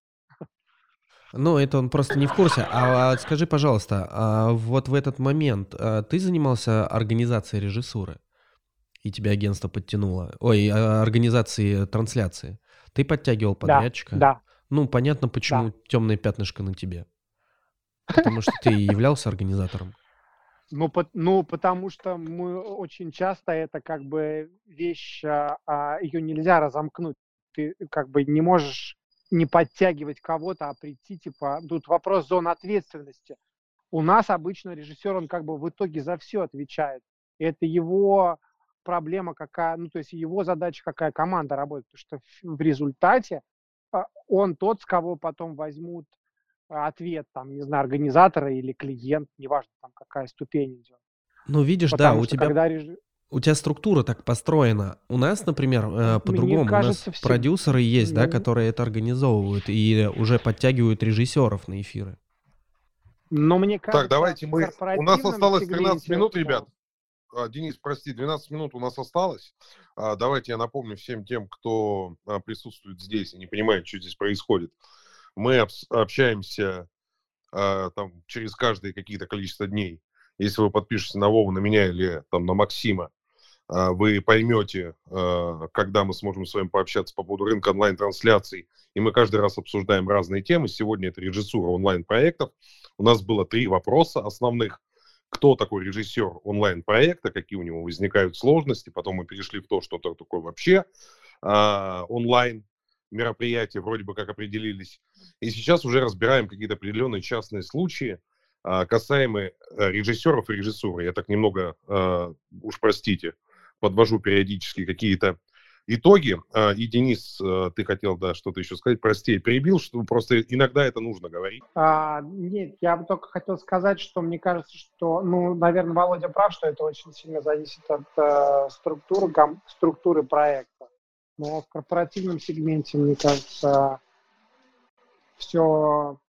Ну, это он просто не в курсе. А скажи, пожалуйста, а вот в этот момент а, ты занимался организацией режиссуры, и тебя агентство подтянуло? Ой, организацией трансляции. Ты подтягивал подрядчика?
Да, да.
Ну, понятно, почему
да.
темное пятнышко на тебе. Потому что ты являлся организатором.
Ну, по, ну, потому что мы очень часто это как бы вещь, а, ее нельзя разомкнуть. Ты как бы не можешь не подтягивать кого-то, а прийти, типа, тут вопрос зон ответственности. У нас обычно режиссер, он как бы в итоге за все отвечает. И это его проблема какая, ну, то есть его задача, какая команда работает. Потому что в результате он тот, с кого потом возьмут ответ, там, не знаю, организатора или клиент, неважно, там, какая ступень идет.
Ну, видишь,
Потому
да, у тебя, когда реж... у тебя структура так построена. У нас, например, э, по-другому. Кажется, у нас все... продюсеры есть, ну... да, которые это организовывают и уже подтягивают режиссеров на эфиры.
Но мне кажется...
Так, давайте мы... У нас осталось тринадцать минут, ребят. Денис, прости, двенадцать минут у нас осталось. Давайте я напомню всем тем, кто присутствует здесь и не понимает, что здесь происходит. Мы общаемся там, через каждые какие-то количество дней. Если вы подпишетесь на Вову, на меня или там, на Максима, вы поймете, когда мы сможем с вами пообщаться по поводу рынка онлайн-трансляций. И мы каждый раз обсуждаем разные темы. Сегодня это режиссура онлайн-проектов. У нас было три вопроса основных. Кто такой режиссер онлайн-проекта, какие у него возникают сложности. Потом мы перешли в то, что такое вообще э, онлайн-мероприятие, вроде бы как определились. И сейчас уже разбираем какие-то определенные частные случаи, э, касаемые э, режиссеров и режиссуры. Я так немного, э, уж простите, подвожу периодически какие-то итоги. И, Денис, ты хотел, да, что-то еще сказать, прости, я перебил, что просто иногда это нужно говорить.
А, нет, я бы только хотел сказать, что мне кажется, что, ну, наверное, Володя прав, что это очень сильно зависит от э, структуры, ком, структуры проекта. Но в корпоративном сегменте, мне кажется, все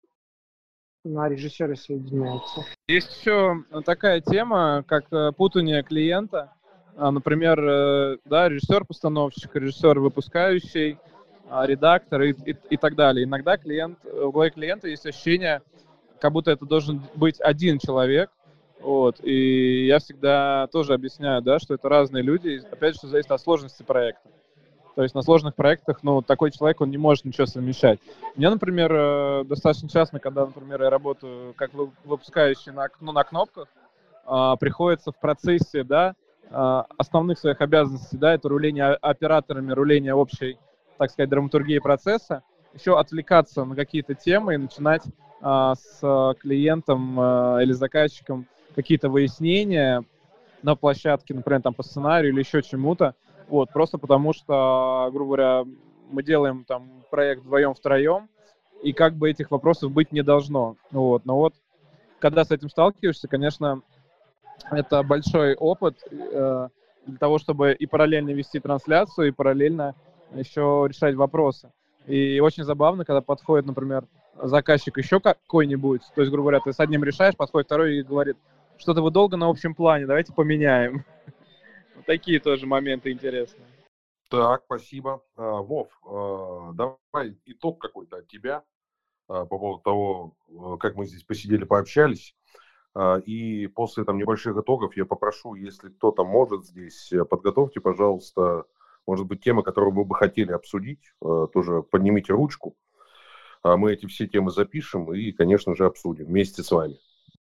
на режиссере соединяется.
Есть еще такая тема, как путание клиента. Например, да, режиссер-постановщик, режиссер-выпускающий, редактор и, и, и так далее. Иногда клиент, у голове клиента есть ощущение, как будто это должен быть один человек. Вот. И я всегда тоже объясняю, да, что это разные люди. Опять же, зависит от сложности проекта. То есть на сложных проектах, ну, такой человек, он не может ничего совмещать. Мне, например, достаточно часто, когда, например, я работаю как выпускающий на, ну, на кнопках, приходится в процессе, да, основных своих обязанностей, да, это руление операторами, руление общей, так сказать, драматургии процесса, еще отвлекаться на какие-то темы и начинать а, с клиентом а, или заказчиком какие-то выяснения на площадке, например, там по сценарию или еще чему-то, вот, просто потому что, грубо говоря, мы делаем там проект вдвоем-втроем, и как бы этих вопросов быть не должно, вот, но вот, когда с этим сталкиваешься, конечно, это большой опыт э, для того, чтобы и параллельно вести трансляцию, и параллельно еще решать вопросы. И очень забавно, когда подходит, например, заказчик еще какой-нибудь, то есть, грубо говоря, ты с одним решаешь, подходит второй и говорит, что-то вы долго на общем плане, давайте поменяем. Такие тоже моменты интересные.
Так, спасибо. Вов, давай итог какой-то от тебя по поводу того, как мы здесь посидели, пообщались. И после там небольших итогов я попрошу, если кто-то может здесь, подготовьте, пожалуйста, может быть, темы, которые вы бы хотели обсудить, тоже поднимите ручку. Мы эти все темы запишем и, конечно же, обсудим вместе с вами.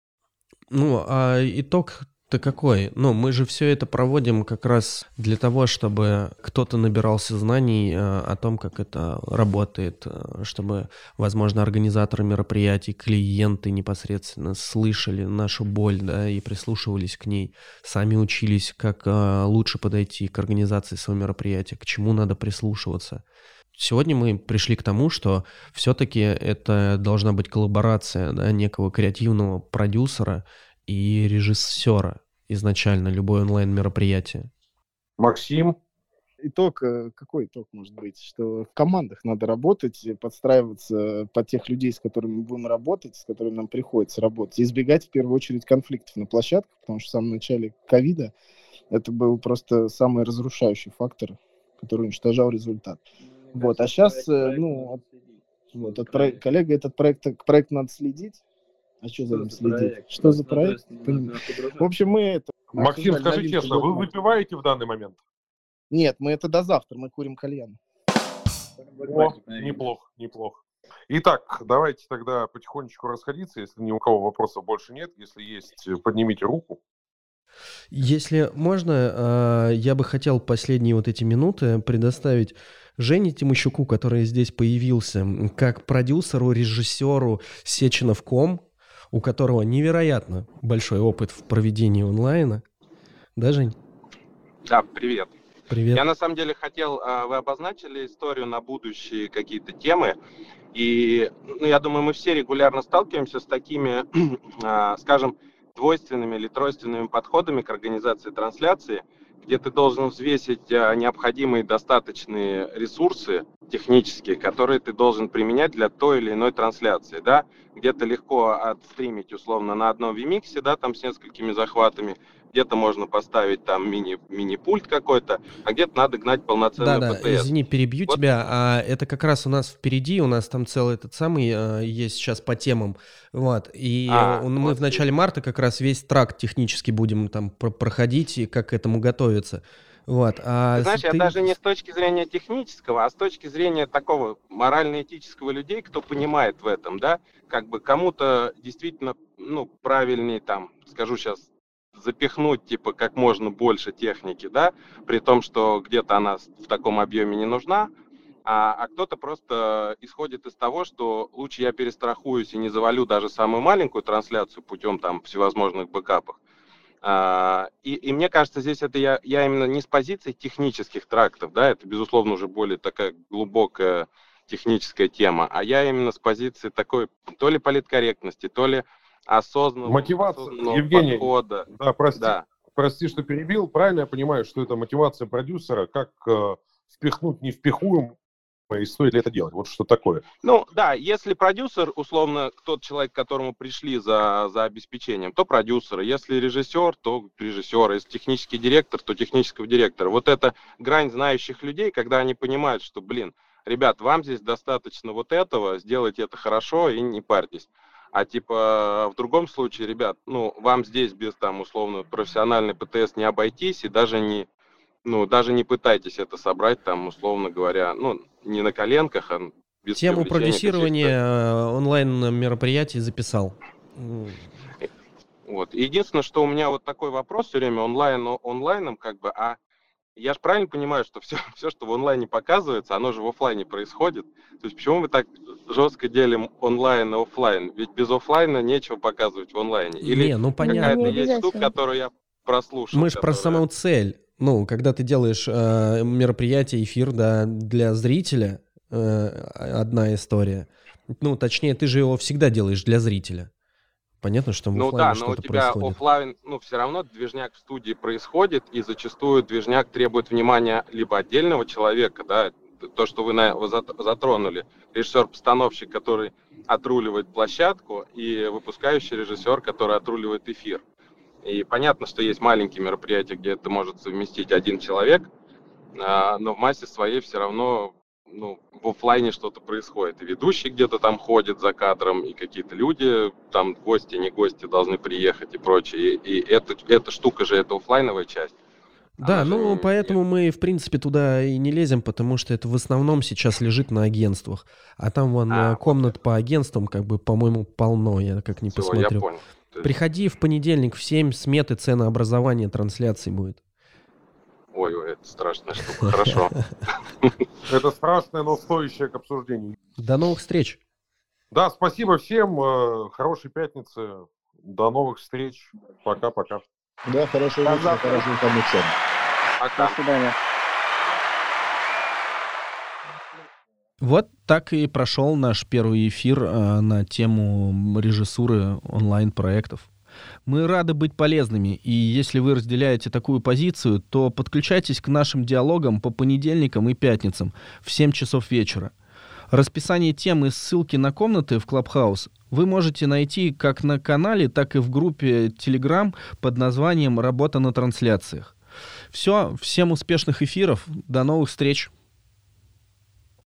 Ну, а итог-то какой? Ну, мы же все это проводим как раз для того, чтобы кто-то набирался знаний о том, как это работает, чтобы, возможно, организаторы мероприятий, клиенты непосредственно слышали нашу боль, да, и прислушивались к ней, сами учились, как лучше подойти к организации своего мероприятия, к чему надо прислушиваться. Сегодня мы пришли к тому, что все-таки это должна быть коллаборация, да, некого креативного продюсера и режиссера изначально, любое онлайн-мероприятие.
Максим?
Итог, какой итог может быть? Что в командах надо работать, подстраиваться под тех людей, с которыми мы будем работать, с которыми нам приходится работать, и избегать в первую очередь конфликтов на площадках, потому что в самом начале ковида это был просто самый разрушающий фактор, который уничтожал результат. Вот, а сейчас, ну, вот, от про... коллега, этот проект, проект надо следить. А что за ним следить? Проект? Что за проект? В общем, мы это...
Максим, скажи честно, вы выпиваете в данный момент?
Нет, мы это до завтра, мы курим кальян.
О, неплохо, неплохо. Итак, давайте тогда потихонечку расходиться, если ни у кого вопросов больше нет. Если есть, поднимите руку.
Если можно, я бы хотел последние вот эти минуты предоставить Жене Тимощуку, который здесь появился, как продюсеру, режиссеру Сеченов точка ком, у которого невероятно большой опыт в проведении онлайна. Да, Жень?
Да, привет.
Привет.
Я на самом деле хотел, вы обозначили историю на будущие какие-то темы, и ну, я думаю, мы все регулярно сталкиваемся с такими, скажем, двойственными или тройственными подходами к организации трансляции, где ты должен взвесить необходимые достаточные ресурсы технические, которые ты должен применять для той или иной трансляции, да, где-то легко отстримить условно на одном ви-миксе, да, там с несколькими захватами, где-то можно поставить там мини, мини-пульт какой-то, а где-то надо гнать полноценный
да,
ПТС.
Да, извини, перебью вот. тебя, а это как раз у нас впереди, у нас там целый этот самый а, есть сейчас по темам, вот, и а, он, мы вот в начале марта как раз весь тракт технически будем там проходить и как к этому готовиться. Вот, а
ты знаешь,
ты...
я даже не с точки зрения технического, а с точки зрения такого морально-этического людей, кто понимает в этом, да, как бы кому-то действительно, ну, правильнее там, скажу сейчас, запихнуть, типа, как можно больше техники, да, при том, что где-то она в таком объеме не нужна, а, а кто-то просто исходит из того, что лучше я перестрахуюсь и не завалю даже самую маленькую трансляцию путем там всевозможных бэкапов, А, и, и мне кажется, здесь это я, я именно не с позиции технических трактов, да, это, безусловно, уже более такая глубокая техническая тема, а я именно с позиции такой то ли политкорректности, то ли осознанного,
мотивация,
осознанного
Евгений,
подхода.
Да, прости,
да.
прости, что перебил. Правильно я понимаю, что это мотивация продюсера, как э, впихнуть невпихуемое и стоит ли это делать? Вот что такое.
Ну да, если продюсер, условно, тот человек, к которому пришли за, за обеспечением, то продюсер. Если режиссер, то режиссер. Если технический директор, то технического директора. Вот это грань знающих людей, когда они понимают, что, блин, ребят, вам здесь достаточно вот этого, сделайте это хорошо и не парьтесь. А типа в другом случае, ребят, ну вам здесь без там условно профессиональной ПТС не обойтись и даже не, ну даже не пытайтесь это собрать там условно говоря, ну не на коленках, а без
Тему
привлечения
продюсирования
каких-то...
онлайн мероприятий записал.
Вот. Единственное, что у меня вот такой вопрос все время онлайн, онлайном как бы, а я же правильно понимаю, что все, все, что в онлайне показывается, оно же в офлайне происходит. То есть почему мы так жестко делим онлайн и офлайн? Ведь без офлайна нечего показывать в онлайне. Или
Не, ну понятно.
какая-то есть штука, которую я прослушал.
Мы же
которая...
про саму цель. Ну, когда ты делаешь э, мероприятие, эфир, да, для зрителя, э, одна история. Ну, точнее, ты же его всегда делаешь для зрителя. Понятно, что в
ну
офлайне
да,
что-то
но у тебя
происходит.
офлайн, ну все равно движняк в студии происходит, и зачастую движняк требует внимания либо отдельного человека, да, то, что вы на, вы затронули, режиссер-постановщик, который отруливает площадку, и выпускающий режиссер, который отруливает эфир. И понятно, что есть маленькие мероприятия, где это может совместить один человек, но в массе своей все равно ну, в офлайне что-то происходит. И ведущий где-то там ходит за кадром, и какие-то люди, там гости, не гости должны приехать и прочее. И, и это, эта штука же, это офлайновая часть.
Да, ну же... поэтому мы, в принципе, туда и не лезем, потому что это в основном сейчас лежит на агентствах. А там вон а, комнат вот по агентствам, как бы, по-моему, полно, я как не Все, посмотрю. Я понял. Приходи в понедельник в семь, сметы ценообразования трансляции будет.
Ой, ой, это страшная штука. Хорошо.
Это страшное, но стоящее к обсуждению.
До новых встреч.
Да, спасибо всем. Хорошей пятницы. До новых встреч. Пока-пока.
Да, хорошего вечера, хорошего выходных всем.
Пока.
До свидания.
Вот так и прошел наш первый эфир э, на тему режиссуры онлайн-проектов. Мы рады быть полезными, и если вы разделяете такую позицию, то подключайтесь к нашим диалогам по понедельникам и пятницам в семь часов вечера. Расписание тем и ссылки на комнаты в Clubhouse вы можете найти как на канале, так и в группе Telegram под названием «Работа на трансляциях». Все, всем успешных эфиров, до новых встреч!